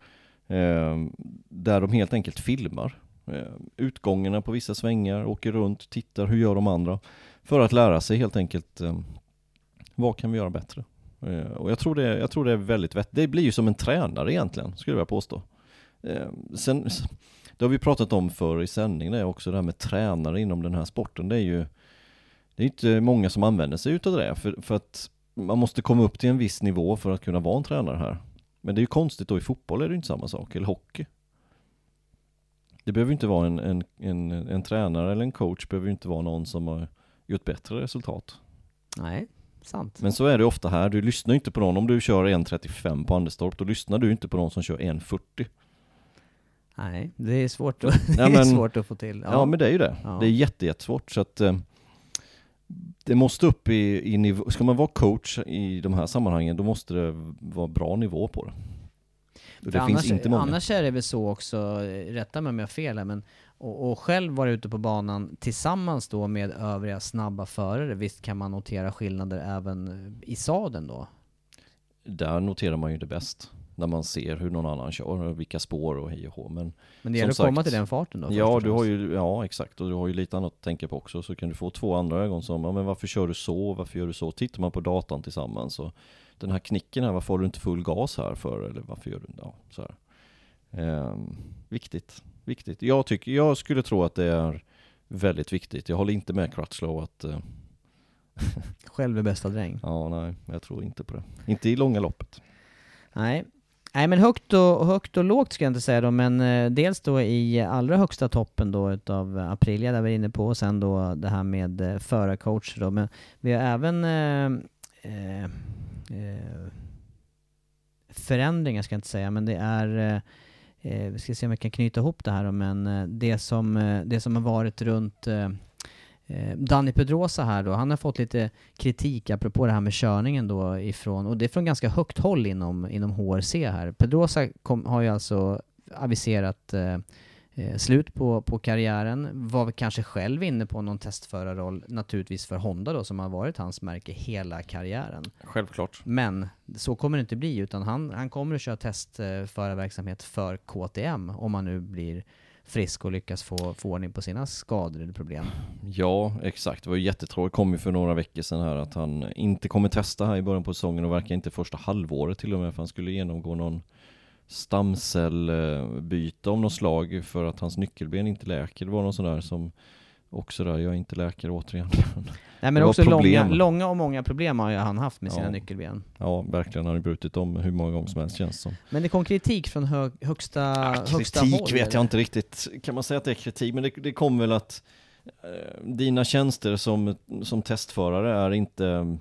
där de helt enkelt filmar utgångarna på vissa svängar, åker runt, tittar hur gör de andra, för att lära sig helt enkelt vad kan vi göra bättre. Och jag tror det är väldigt vettigt. Det blir ju som en tränare egentligen, skulle jag påstå. Sen, det har vi pratat om för i sändning, det är också det här med tränare inom den här sporten. Det är inte många som använder sig utav det, för att man måste komma upp till en viss nivå för att kunna vara en tränare här. Men det är ju konstigt då, i fotboll är det inte samma sak, eller hockey. Det behöver inte vara en tränare eller en coach, behöver inte vara någon som har gjort bättre resultat. Nej. Sant. Men så är det ofta här, du lyssnar inte på någon om du kör 1.35 på Anderstorp, då lyssnar du inte på någon som kör 1.40. Nej, det är svårt att, svårt att få till. Ja, men det är ju det. Ja. Det är jättesvårt, så att det måste upp i nivå. Ska man vara coach i de här sammanhangen, då måste det vara bra nivå på det. Det finns inte många. Annars är det väl så också, rätta mig om jag har fel här, men och själv vara ute på banan tillsammans då med övriga snabba förare, visst kan man notera skillnader även i sadeln då? Där noterar man ju det bäst, när man ser hur någon annan kör, vilka spår och hej och hå. Men det gäller att komma till den farten då? Ja, exakt. Och du har ju lite annat att tänka på också, så kan du få 2 andra ögon som, men varför kör du så, varför gör du så? Tittar man på datan tillsammans, så den här knicken här, varför får du inte full gas här för, eller varför gör du, så här. Viktigt. Jag skulle tro att det är väldigt viktigt. Jag håller inte med Crutchlow att själv är bästa dräng. Ja, nej, jag tror inte på det. Inte i långa loppet. Nej, men högt och lågt ska jag inte säga då, men dels då i allra högsta toppen då utav Aprilia där vi är inne på, och sen då det här med förarcoach då, men vi har även förändringar ska jag inte säga, men det är vi ska se om jag kan knyta ihop det här då, men det som har varit runt Dani Pedrosa här då, han har fått lite kritik apropå det här med körningen då ifrån, och det är från ganska högt håll inom HRC här. Pedrosa har ju alltså aviserat slut på karriären, var kanske själv inne på någon testförarroll, naturligtvis för Honda då, som har varit hans märke hela karriären. Självklart. Men så kommer det inte bli, utan han kommer att köra testförarverksamhet för KTM om han nu blir frisk och lyckas få ordning på sina skador eller problem. Ja, exakt. Det var ju jättetråkigt. Det kom ju för några veckor sedan här att han inte kommer testa här i början på säsongen, och verkar inte första halvåret till och med, för han skulle genomgå någon stamcellbyte av något slag för att hans nyckelben inte läker. Det var någon sån där som också där, jag är inte läkare återigen. Nej, men också långa och många problem har han haft med sina nyckelben. Ja, verkligen. Han har ju brutit om hur många gånger som helst, känns som. Men det kom kritik från högsta håll. Kritik vet jag inte riktigt. Kan man säga att det är kritik? Men det kom väl att dina tjänster som testförare är inte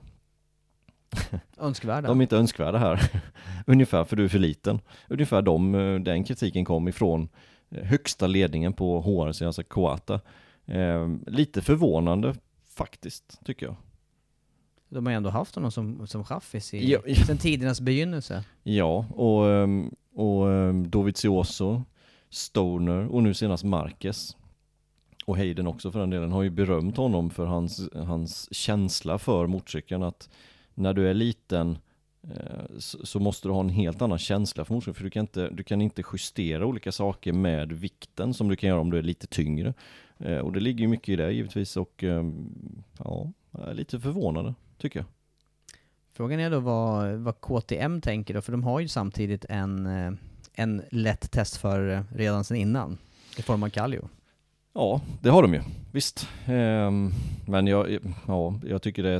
önskvärda. De är inte önskvärda här. Ungefär, för du är för liten. Ungefär den kritiken kom ifrån högsta ledningen på HRC, alltså Coata. Lite förvånande faktiskt, tycker jag. De har ändå haft honom som chaffis sedan tidernas begynnelse. Ja, och Dovizioso, Stoner och nu senast Marquez och Hayden också för den delen har ju berömt honom för hans känsla för motorcykeln, att när du är liten så måste du ha en helt annan känsla för motorcykeln, för du kan inte justera olika saker med vikten som du kan göra om du är lite tyngre. Och det ligger ju mycket i det givetvis, och jag är lite förvånad, tycker jag. Frågan är då vad KTM tänker då, för de har ju samtidigt en en lätt testförare redan sedan innan i form av Kallio. Ja, det har de ju. Visst. Men jag tycker det är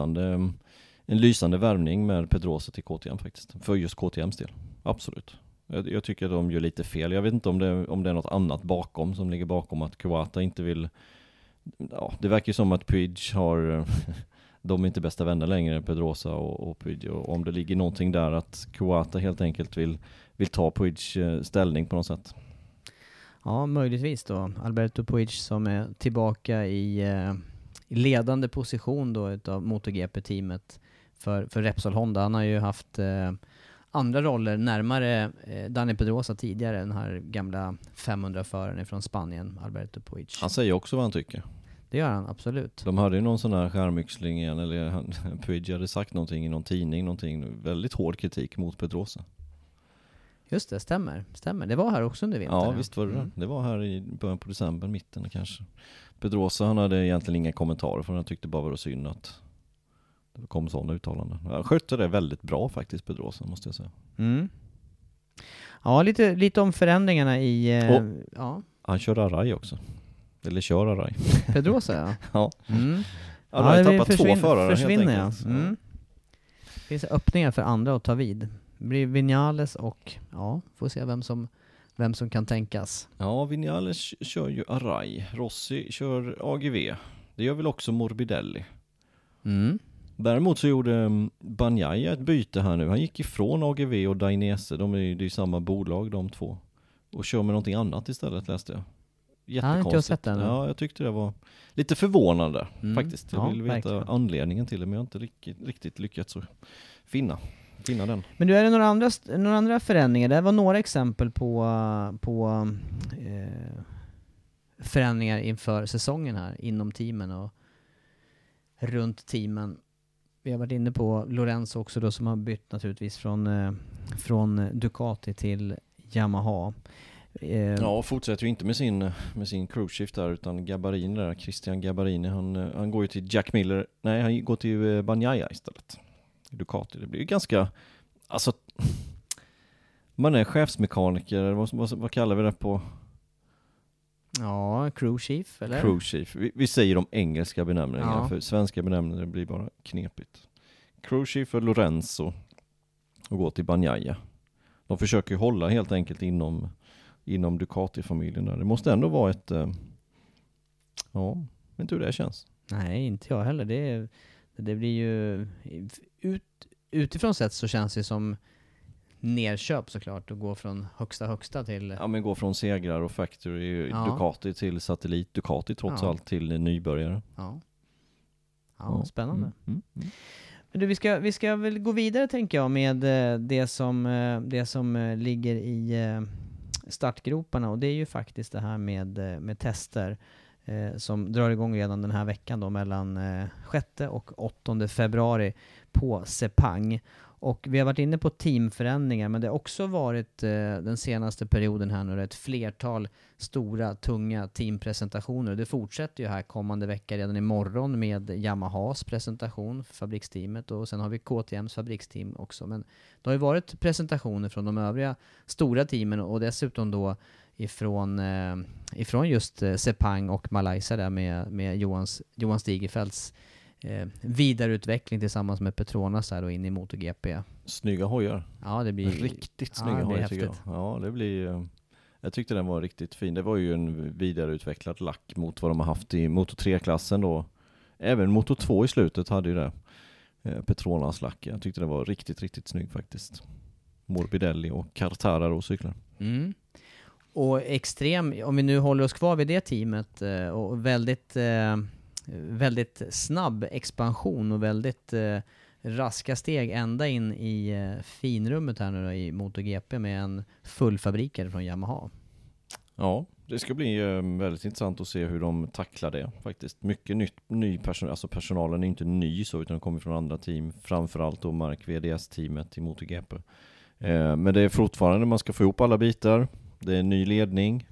en lysande värvning med Pedrosa till KTM faktiskt. För just KTMs del. Absolut. Jag tycker att de gör lite fel. Jag vet inte om det är något annat bakom som ligger bakom att Kawata inte vill... Ja, det verkar ju som att Puig har... De är inte bästa vänner längre, Pedrosa och Puig. Och om det ligger någonting där att Kawata helt enkelt vill ta Puigs ställning på något sätt. Ja, möjligtvis då. Alberto Puig som är tillbaka i ledande position då utav MotoGP-teamet för Repsol Honda. Han har ju haft andra roller närmare Dani Pedrosa tidigare, den här gamla 500-föraren från Spanien, Alberto Puig. Han säger också vad han tycker. Det gör han, absolut. De hade ju någon sån här skärmyxling igen, eller Puig hade sagt någonting i någon tidning, väldigt hård kritik mot Pedrosa. Just det, stämmer. Det var här också under vintern. Ja, visst var det. Det var här i början på december, mitten kanske. Pedrosa, han hade egentligen inga kommentarer, för han tyckte bara det var synd att det kom sådana uttalanden. Han skötte det väldigt bra faktiskt, Pedrosa, måste jag säga. Mm. Ja, lite om förändringarna i... ja. Han kör Arai också. Eller kör Arai. Pedrosa, ja. Ja. Mm. Arai tappat 2 förare försvinner, helt enkelt. Ja. Mm. Det finns öppningar för andra att ta vid. Det blir Vinales och får se vem som kan tänkas. Ja, Vinales kör ju Arai. Rossi kör AGV. Det gör väl också Morbidelli. Mm. Däremot så gjorde Bagnaia ett byte här nu. Han gick ifrån AGV och Dainese. Det är ju samma bolag de två. Och kör med någonting annat istället, läste jag. Jättekonstigt. Ja, jag tyckte det var lite förvånande faktiskt. Jag vill veta verkligen anledningen till det, men jag har inte riktigt lyckats finna den. Men du, är det några andra förändringar? Det var några exempel på förändringar inför säsongen här inom teamen och runt teamen. Vi har varit inne på Lorenzo också då, som har bytt naturligtvis från Ducati till Yamaha. Ja, fortsätter ju inte med sin cruise shift där, utan Gabarini där, Christian Gabarini, han går ju till Jack Miller. Nej, han går till Bagnaia istället. Ducati. Det blir ju ganska, alltså, man är chefsmekaniker, vad kallar vi det på? Ja, crew chief, eller? Crew chief. Vi säger de engelska benämningarna, för svenska benämningar blir bara knepigt. Crew chief för Lorenzo och går till Bagnaia. De försöker hålla helt enkelt inom Ducati-familjen där. Det måste ändå vara ett... ja, vet inte hur det känns. Nej, inte jag heller. Det blir ju... Utifrån sett så känns det som nerköp såklart, att gå från högsta till... Ja, men gå från segrar och factory Ducati till satellit Ducati trots allt till nybörjare. Ja, spännande. Men du, vi ska väl gå vidare, tänker jag, med det som ligger i startgroparna, och det är ju faktiskt det här med tester som drar igång redan den här veckan då, mellan 6 och 8 februari på Sepang. Och vi har varit inne på teamförändringar, men det har också varit den senaste perioden här nu ett flertal stora, tunga teampresentationer. Det fortsätter ju här kommande vecka redan imorgon med Yamahas presentation för fabriksteamet, och sen har vi KTMs fabriksteam också. Men det har ju varit presentationer från de övriga stora teamen, och dessutom då ifrån just Sepang och Malaysia där med Johan Stigefeldts vidareutveckling tillsammans med Petronas här och in i MotoGP. Snygga hojar. Ja, det blir riktigt snygga hojar, tycker jag. Ja, det blir... Jag tyckte den var riktigt fin. Det var ju en vidareutvecklad lack mot vad de har haft i Moto 3-klassen då. Även Moto 2 i slutet hade ju det. Petronas lack. Jag tyckte det var riktigt, riktigt snygg faktiskt. Morbidelli och Quartararo cyklar. Mm. Och extrem, om vi nu håller oss kvar vid det teamet, och väldigt snabb expansion och väldigt raska steg ända in i finrummet här nu då, i MotoGP med en fullfabrikare från Yamaha. Ja, det ska bli väldigt intressant att se hur de tacklar det faktiskt. Mycket ny personal, alltså personalen är inte ny så, utan kommer från andra team, framförallt då Mark VDS-teamet i MotoGP. Men det är fortfarande, man ska få ihop alla bitar. Det är en ny ledning.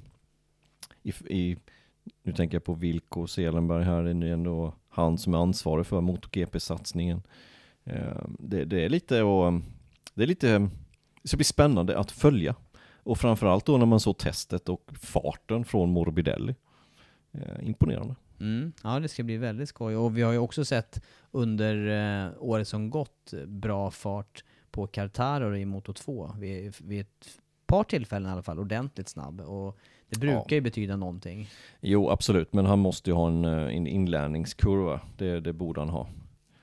Nu tänker jag på Wilco Selenberg här, är nu ändå han som är ansvarig för MotoGP-satsningen. Det ska bli spännande att följa Och framförallt då när man såg testet och farten från Morbidelli. Imponerande. Ja, det ska bli väldigt skoj. Och vi har ju också sett under året som gått bra fart på Quartararo i Moto 2. Vid ett par tillfällen i alla fall, ordentligt snabb. Och det brukar ju betyda någonting. Jo, absolut. Men han måste ju ha en inlärningskurva. Det borde han ha.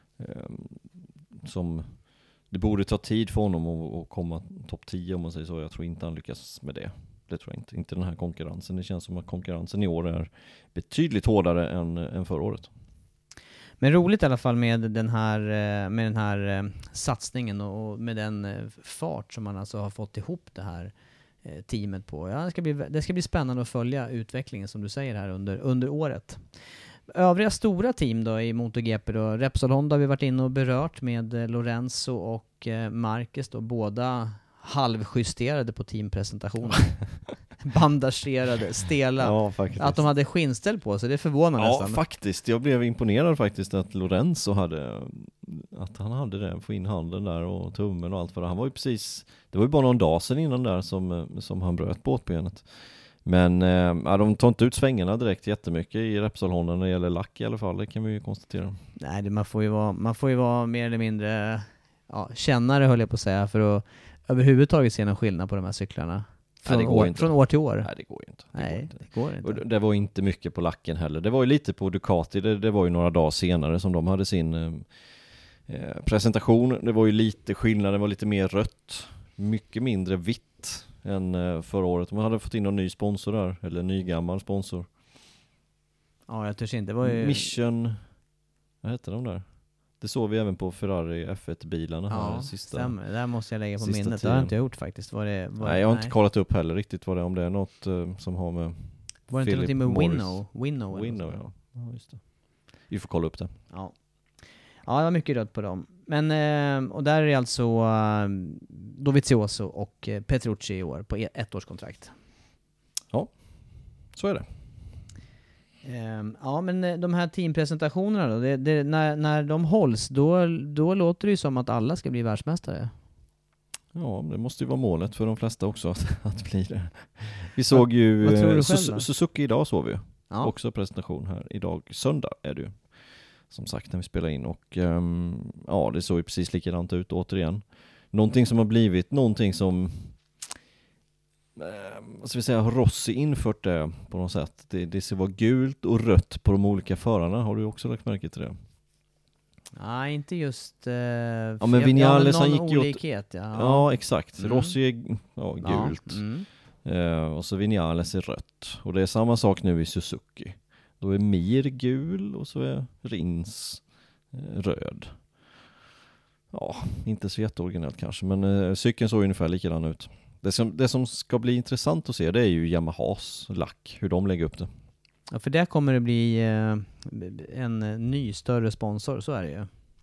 Det borde ta tid för honom att komma topp 10 om man säger så. Jag tror inte han lyckas med det. Det tror jag inte. Inte den här konkurrensen. Det känns som att konkurrensen i år är betydligt hårdare än förra året. Men roligt i alla fall med den här satsningen och med den fart som man alltså har fått ihop det här teamet på. Ja, det ska bli spännande att följa utvecklingen som du säger här under året. Övriga stora team då i MotoGP då, Repsol Honda har vi varit inne och berört med Lorenzo och Marquez då, båda halvjusterade på teampresentationen. Bandagerade, stela. Ja, faktiskt. Att de hade skinnställ på sig, det förvånar nästan. Ja, faktiskt. Jag blev imponerad faktiskt att Lorenzo hade det, få in handen där och tummen och allt för det. Han var ju precis, det var ju bara någon dag sedan innan där som han bröt båtbenet. Men de tar inte ut svängarna direkt jättemycket i Repsol Honda när det gäller lack i alla fall, det kan vi ju konstatera. Nej, man får ju vara mer eller mindre kännare höll jag på att säga för att överhuvudtaget se någon skillnad på de här cyklarna. Från år till år. Nej, det går ju inte. Det går inte. Och det var inte mycket på lacken heller. Det var ju lite på Ducati. Det var ju några dagar senare som de hade sin presentation. Det var ju lite skillnad. Det var lite mer rött. Mycket mindre vitt än förra året. De hade fått in någon ny sponsor där. Eller ny gammal sponsor. Ja, jag törs inte. Det var ju... Mission... Vad heter de där? Det såg vi även på Ferrari F1-bilarna här. Ja, sista, stämmer. Det där måste jag lägga på minnet. tiden. Det har jag inte gjort faktiskt. Nej, jag har inte kollat upp heller riktigt om det är något som har med var det inte någonting med Winnow, ja. Just det. Vi får kolla upp det. Ja, det var mycket rött på dem. Men, och där är det alltså Dovizioso och Petrucci i år på ettårskontrakt. Ja, så är det. Ja, men de här teampresentationerna då, när de hålls, då låter det ju som att alla ska bli världsmästare. Ja, det måste ju vara målet för de flesta också att bli det. Vi såg ju vad tror du själv, Suzuki idag såg vi ju. Ja. Också presentation här idag. Söndag är det ju. Som sagt när vi spelar in. Och det såg ju precis likadant ut återigen. Någonting som har blivit, någonting som vad ska vi säga, Rossi infört det på något sätt. Det ska vara gult och rött på de olika förarna. Har du också lagt märke till det? Nej, inte just... men Vinales han gick ju olikhet, ja, exakt. Rossi är gult. Och så Vinales är rött. Och det är samma sak nu i Suzuki. Då är Mir gul och så är Rins röd. Ja, inte så jätteoriginellt kanske. Men cykeln såg ungefär likadan ut. Det som ska bli intressant att se, det är ju Yamahas lack. Hur de lägger upp det. Ja, för där kommer det bli en ny större sponsor, så är det ju.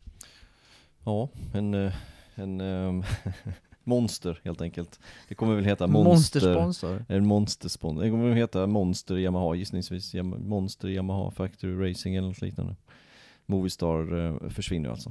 Ja, en monster helt enkelt. Det kommer väl heta Monstersponsor. En monstersponsor. Det kommer väl heta Monster Yamaha gissningsvis. Monster Yamaha Factory Racing eller något liknande. Movistar försvinner alltså.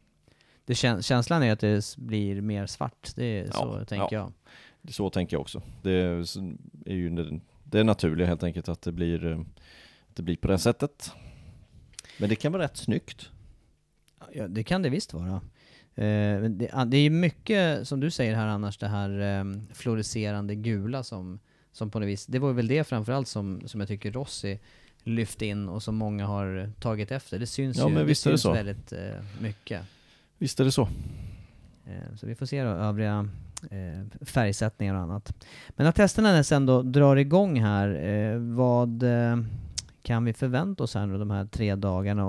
Känslan är att det blir mer svart. Det är så tänker jag. Så tänker jag också. Det är ju det naturliga helt enkelt att det blir på det sättet. Men det kan vara rätt snyggt. Ja, det kan det visst vara. Det är mycket, som du säger här annars, det här fluorescerande gula som på något vis, det var väl det framförallt som jag tycker Rossi lyft in och som många har tagit efter. Det syns väldigt mycket. Visst är det så. Så vi får se då övriga färgsättningar och annat. Men när testerna sen då drar igång här, vad kan vi förvänta oss här nu de här 3 dagarna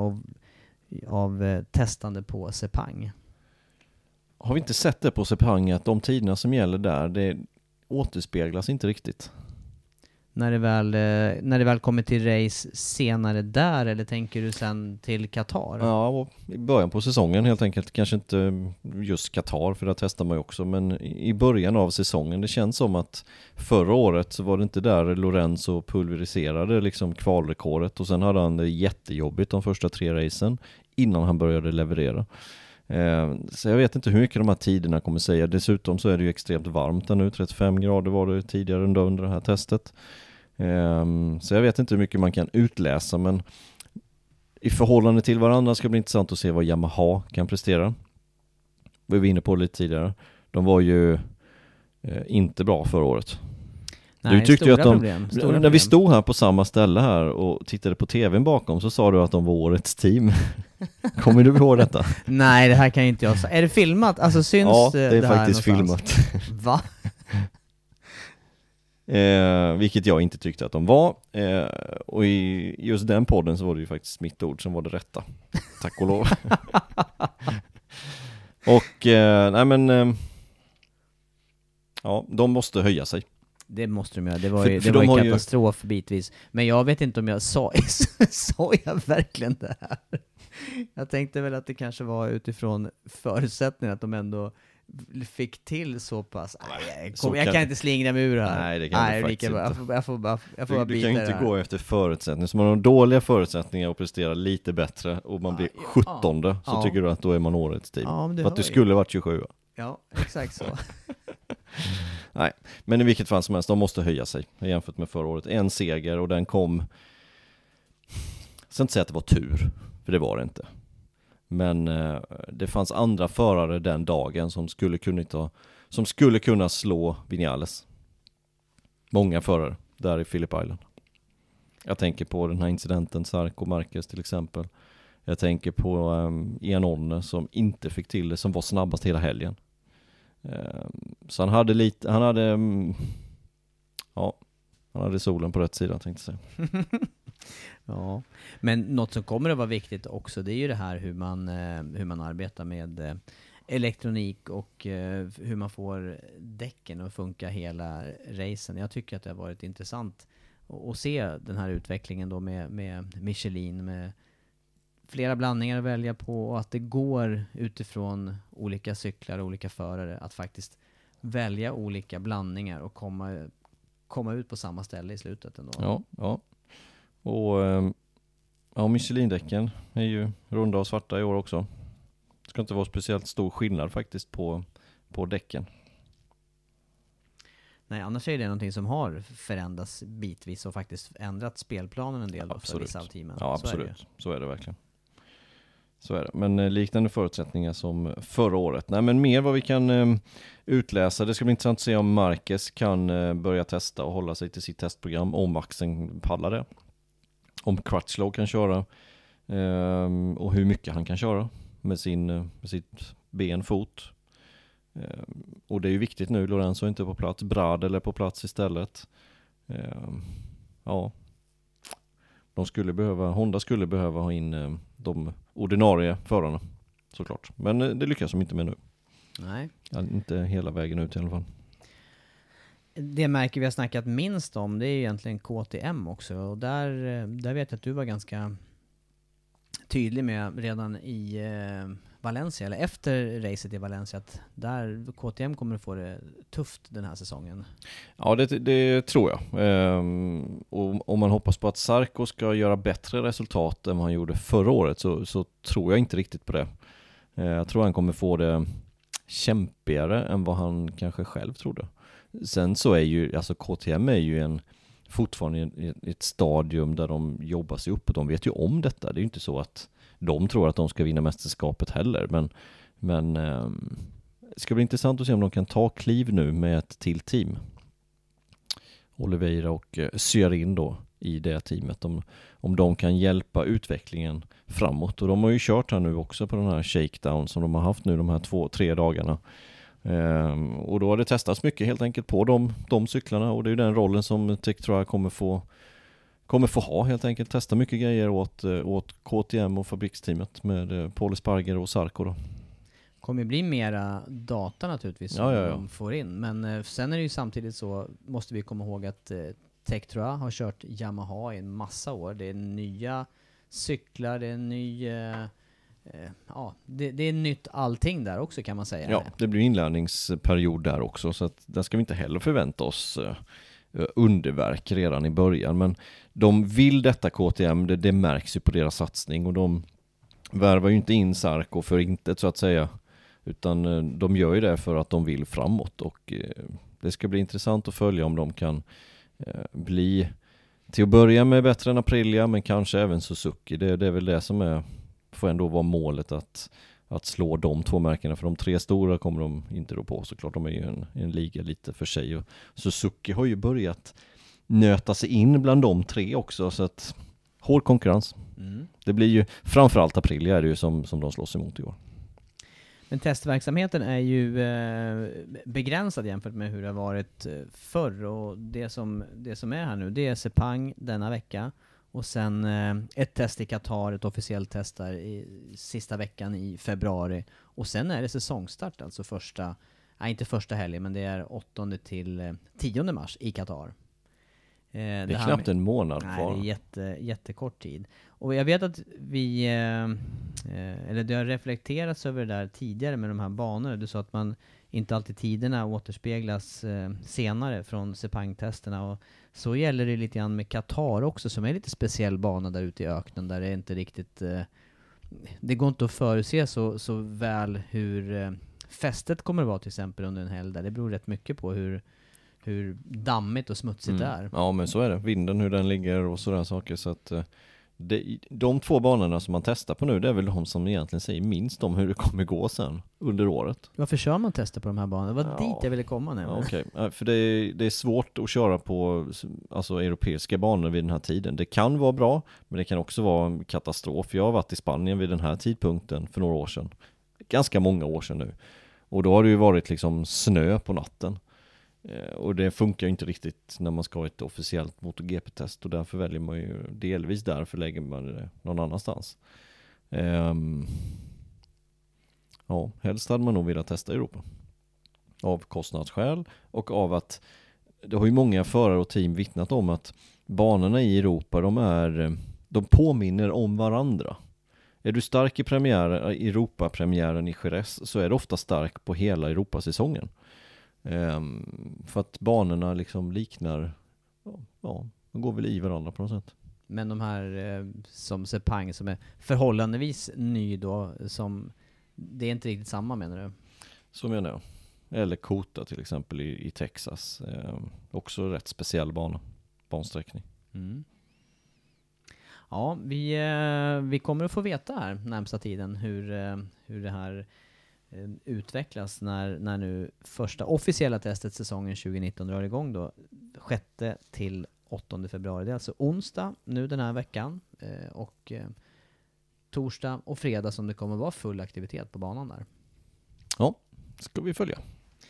av testande på Sepang? Har vi inte sett det på Sepang att de tiderna som gäller där, det återspeglas inte riktigt? När det väl kommer till race senare där, eller tänker du sen till Qatar? Ja, i början på säsongen helt enkelt. Kanske inte just Qatar, för där testar man ju också, men i början av säsongen. Det känns som att förra året så var det inte där Lorenzo pulveriserade liksom kvalrekordet och sen hade han det jättejobbigt de första 3 racen innan han började leverera. Så jag vet inte hur mycket de här tiderna kommer säga. Dessutom så är det ju extremt varmt där nu. 35 grader var det tidigare under det här testet. Så jag vet inte hur mycket man kan utläsa, men i förhållande till varandra ska det bli intressant att se vad Yamaha kan prestera. Vi var inne på det lite tidigare. De var ju inte bra förra året. Nej, du tyckte ju att när vi stod här på samma ställe här och tittade på tvn bakom, så sa du att de var årets team. Kommer du ihåg detta? Nej, det här kan inte jag säga. Är det filmat? Alltså syns ja, det är det faktiskt här filmat. Va? Vilket jag inte tyckte att de var. Och i just den podden så var det ju faktiskt mitt ord som var det rätta. Tack och lov. Och nej men ja, de måste höja sig. Det måste de göra. Det var ju katastrof bitvis. Men jag vet inte om jag sa jag verkligen det här. Jag tänkte väl att det kanske var utifrån förutsättningen att de ändå fick till så pass. Jag kan inte slingra mig ur det här. Nej, det kan du faktiskt inte. Jag får bara bita. Du kan inte gå efter förutsättningar. Så man har dåliga förutsättningar och presterar lite bättre och man blir 17:e, så tycker du att då är man årets team. För att du skulle varit 27. Ja, exakt så. Nej, men i vilket fall som helst, de måste höja sig jämfört med förra året. En seger och den kom. Jag ska inte säga att det var tur, för det var det inte. Men det fanns andra förare den dagen som skulle kunna slå Viñales. Många förare där i Phillip Island. Jag tänker på den här incidenten, Zarco Marquez till exempel. Jag tänker på Ian Onne som inte fick till det, som var snabbast hela helgen. Så han hade solen på rätt sida, tänkte jag säga. Ja, men något som kommer att vara viktigt också, det är ju det här hur man arbetar med elektronik och hur man får däcken att funka hela racen. Jag tycker att det har varit intressant att se den här utvecklingen då med Michelin, med flera blandningar att välja på, och att det går utifrån olika cyklar och olika förare att faktiskt välja olika blandningar och komma ut på samma ställe i slutet ändå. Ja. Och Michelin-däcken är ju runda och svarta i år också. Det ska inte vara speciellt stor skillnad faktiskt på däcken. Nej, annars är det någonting som har förändrats bitvis och faktiskt ändrat spelplanen en del för vissa av teamen. Ja, absolut. Så är det verkligen. Så är det. Men liknande förutsättningar som förra året. Nej, men mer vad vi kan utläsa. Det ska bli intressant att se om Marquez kan börja testa och hålla sig till sitt testprogram. Om Maxen pallar det. Om Crutchlow kan köra. Och hur mycket han kan köra med sitt fot. Och det är ju viktigt nu. Lorenzo är inte på plats. Bradel är på plats istället. Ja. Honda skulle behöva ha in de ordinarie förarna, såklart. Men det lyckas de inte med nu. Nej. Ja, inte hela vägen ut i alla fall. Det märker vi har snackat minst om, det är egentligen KTM också. Och där vet jag att du var ganska tydlig med redan i Valencia, eller efter racet i Valencia, att där KTM kommer att få det tufft den här säsongen. Ja, det tror jag. Och om man hoppas på att Zarco ska göra bättre resultat än vad han gjorde förra året, så tror jag inte riktigt på det. Jag tror han kommer få det kämpigare än vad han kanske själv trodde. Sen så är ju, alltså KTM är ju fortfarande i ett stadium där de jobbar sig upp, och de vet ju om detta. Det är ju inte så att de tror att de ska vinna mästerskapet heller, men det ska bli intressant att se om de kan ta kliv nu med ett till team. Oliveira och Syarin då i det teamet, om de kan hjälpa utvecklingen framåt. Och de har ju kört här nu också på den här shakedown som de har haft nu de här 2-3 dagarna. Och då har det testats mycket helt enkelt på de cyklarna, och det är ju den rollen som Tectra kommer få ha helt enkelt. Testa mycket grejer åt KTM och fabriksteamet med Paul Esparger och Zarco då. Kommer bli mera data naturligtvis som de får in. Men sen är det ju samtidigt så, måste vi komma ihåg att Tectra har kört Yamaha i en massa år. Det är nya cyklar, det är det är nytt allting där också, kan man säga. Ja, det blir inlärningsperiod där också, så att där ska vi inte heller förvänta oss underverk redan i början. Men de vill detta KTM, det märks ju på deras satsning, och värvar ju inte in Zarco för intet så att säga. Utan de gör ju det för att de vill framåt. Och det ska bli intressant att följa om de kan bli till att börja med bättre än Aprilia, men kanske även Suzuki. Det är väl det som får ändå vara målet, att slå de två märkena. För de 3 stora kommer de inte då på, såklart. De är ju en liga lite för sig. Och Suzuki har ju börjat nöta sig in bland de 3 också, så att hård konkurrens. Det blir ju framförallt Aprilia är det ju som de slåss emot i år. Men testverksamheten är ju begränsad jämfört med hur det har varit förr, och det som är här nu, det är Sepang denna vecka, och sen ett test i Qatar, ett officiellt test där i sista veckan i februari, och sen är det säsongstart, alltså inte första helgen, men det är 8 till 10 mars i Qatar. Det är knappt en månad kvar. Nej, det är jättekort tid. Och jag vet att det har reflekterats över det där tidigare med de här banorna. Du sa att man inte alltid tiderna återspeglas senare från Sepang-testerna. Och så gäller det lite grann med Qatar också, som är lite speciell bana där ute i öknen, där det inte riktigt... det går inte att förutse så väl hur fästet kommer att vara till exempel under en helg där. Det beror rätt mycket på hur dammigt och smutsigt det är. Ja, men så är det. Vinden, hur den ligger och sådana saker. Så att de 2 banorna som man testar på nu, det är väl de som egentligen säger minst om hur det kommer gå sen under året. Varför kör man tester på de här banorna? Det var dit jag ville komma nu. Okej. För det är svårt att köra på europeiska banor vid den här tiden. Det kan vara bra, men det kan också vara en katastrof. Jag har varit i Spanien vid den här tidpunkten för några år sedan. Ganska många år sedan nu. Och då har det ju varit liksom snö på natten. Och det funkar inte riktigt när man ska ha ett officiellt MotoGP-test, och därför väljer man ju delvis, därför lägger man det någon annanstans. Helst hade man nog velat testa i Europa. Av kostnadsskäl och av att det har ju många förare och team vittnat om att banorna i Europa, de påminner om varandra. Är du stark i Europapremiären i Jerez, så är du ofta stark på hela Europasäsongen. För att banorna liksom liknar, de går väl i varandra på något sätt. Men de här som Sepang, som är förhållandevis ny då, det är inte riktigt samma, menar du? Så menar jag. Eller Kota till exempel i Texas. Också rätt speciell bansträckning. Ja, vi kommer att få veta här närmsta tiden hur det här utvecklas när nu första officiella testet säsongen 2019 drar igång då 6 till 8 februari. Det är alltså onsdag nu den här veckan och torsdag och fredag som det kommer vara full aktivitet på banan där. Ja, ska vi följa.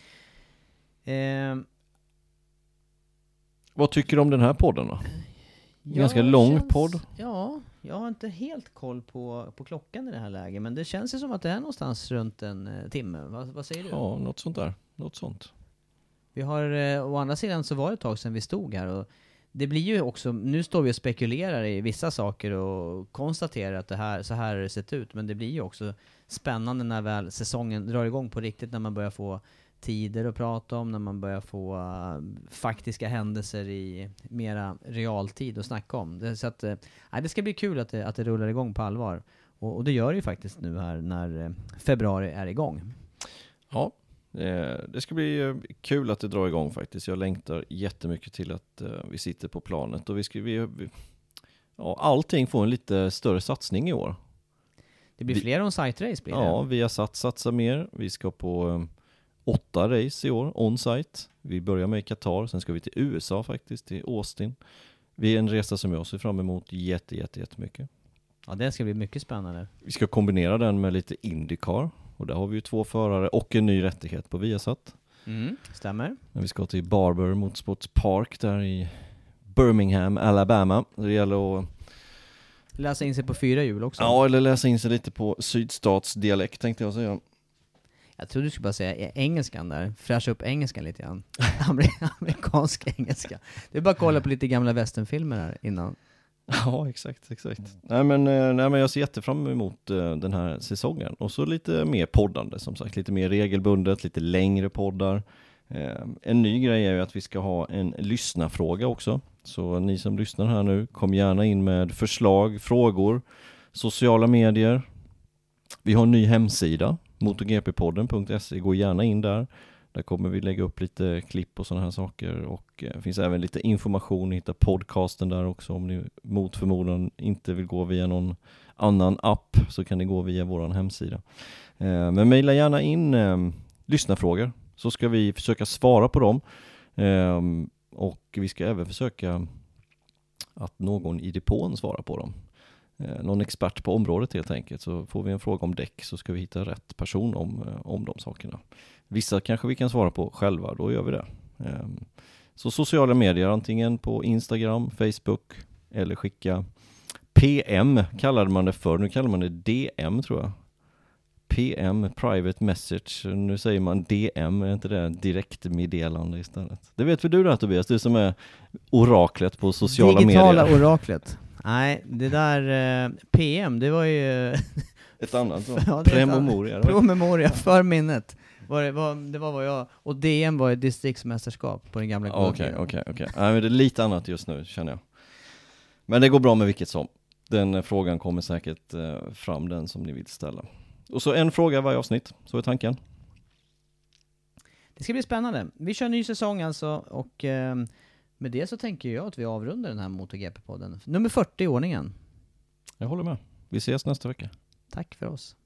Vad tycker du om den här podden då? Ganska lång podd. Ja, jag har inte helt koll på klockan i det här läget, men det känns ju som att det är någonstans runt en timme. Vad säger du? Ja, något sånt där. Något sånt. Vi har, å andra sidan så var det ett tag sedan vi stod här, och det blir ju också, nu står vi och spekulerar i vissa saker och konstaterar att så här har det sett ut, men det blir ju också spännande när väl säsongen drar igång på riktigt, när man börjar få tider att prata om, när man börjar få faktiska händelser i mera realtid att snacka om. Så att det ska bli kul att det rullar igång på allvar. Och det gör det ju faktiskt nu här när februari är igång. Ja, det ska bli kul att det drar igång faktiskt. Jag längtar jättemycket till att vi sitter på planet. Och allting får en lite större satsning i år. Det blir fler on-site-race blir det. Ja, vi har satsat mer. Vi ska på 8 race i år, on-site. Vi börjar med Qatar, sen ska vi till USA faktiskt, till Austin. Vi är en resa som jag ser fram emot jättemycket. Ja, det ska bli mycket spännande. Vi ska kombinera den med lite IndyCar. Och där har vi ju 2 förare och en ny rättighet på Viasat. Stämmer. Men vi ska till Barber Motorsports Park där i Birmingham, Alabama. Det gäller att läsa in sig på 4 hjul också. Ja, eller läsa in sig lite på sydstatsdialekt tänkte jag säga. Jag tror du skulle bara säga engelskan där. Fräscha upp engelskan lite grann. Amerikansk engelska. Det är bara att kolla på lite gamla westernfilmer här innan. Ja, exakt. Nej men jag ser jättefram emot den här säsongen. Och så lite mer poddande som sagt. Lite mer regelbundet, lite längre poddar. En ny grej är ju att vi ska ha en lyssnarfråga också. Så ni som lyssnar här nu, kom gärna in med förslag, frågor, sociala medier. Vi har en ny hemsida, motogppodden.se. Gå gärna in där. Där kommer vi lägga upp lite klipp och sådana här saker. Och det finns även lite information. Ni hittar podcasten där också. Om ni mot förmodan inte vill gå via någon annan app så kan ni gå via vår hemsida. Men mejla gärna in lyssnarfrågor så ska vi försöka svara på dem. Och vi ska även försöka att någon i depån svarar på dem. Någon expert på området helt enkelt. Så får vi en fråga om däck så ska vi hitta rätt person om de sakerna. Vissa kanske vi kan svara på själva, då gör vi det. Så sociala medier, antingen på Instagram, Facebook eller skicka PM kallade man det för. Nu kallar man det DM tror jag. PM, private message. Nu säger man DM, är inte det direktmeddelande istället? Det vet väl du då Tobias, du som är oraklet på sociala digitala medier. Digitala oraklet. Nej, det där PM, det var ju... ett annat då. Ja, promemoria för minnet. Det var vad jag... Och DM var ett distriktsmästerskap på den gamla Okej. Nej, men det är lite annat just nu, känner jag. Men det går bra med vilket som. Den frågan kommer säkert fram, den som ni vill ställa. Och så en fråga varje avsnitt, så är tanken. Det ska bli spännande. Vi kör en ny säsong alltså, och med det så tänker jag att vi avrundar den här MotoGP-podden. Nummer 40 i ordningen. Jag håller med. Vi ses nästa vecka. Tack för oss.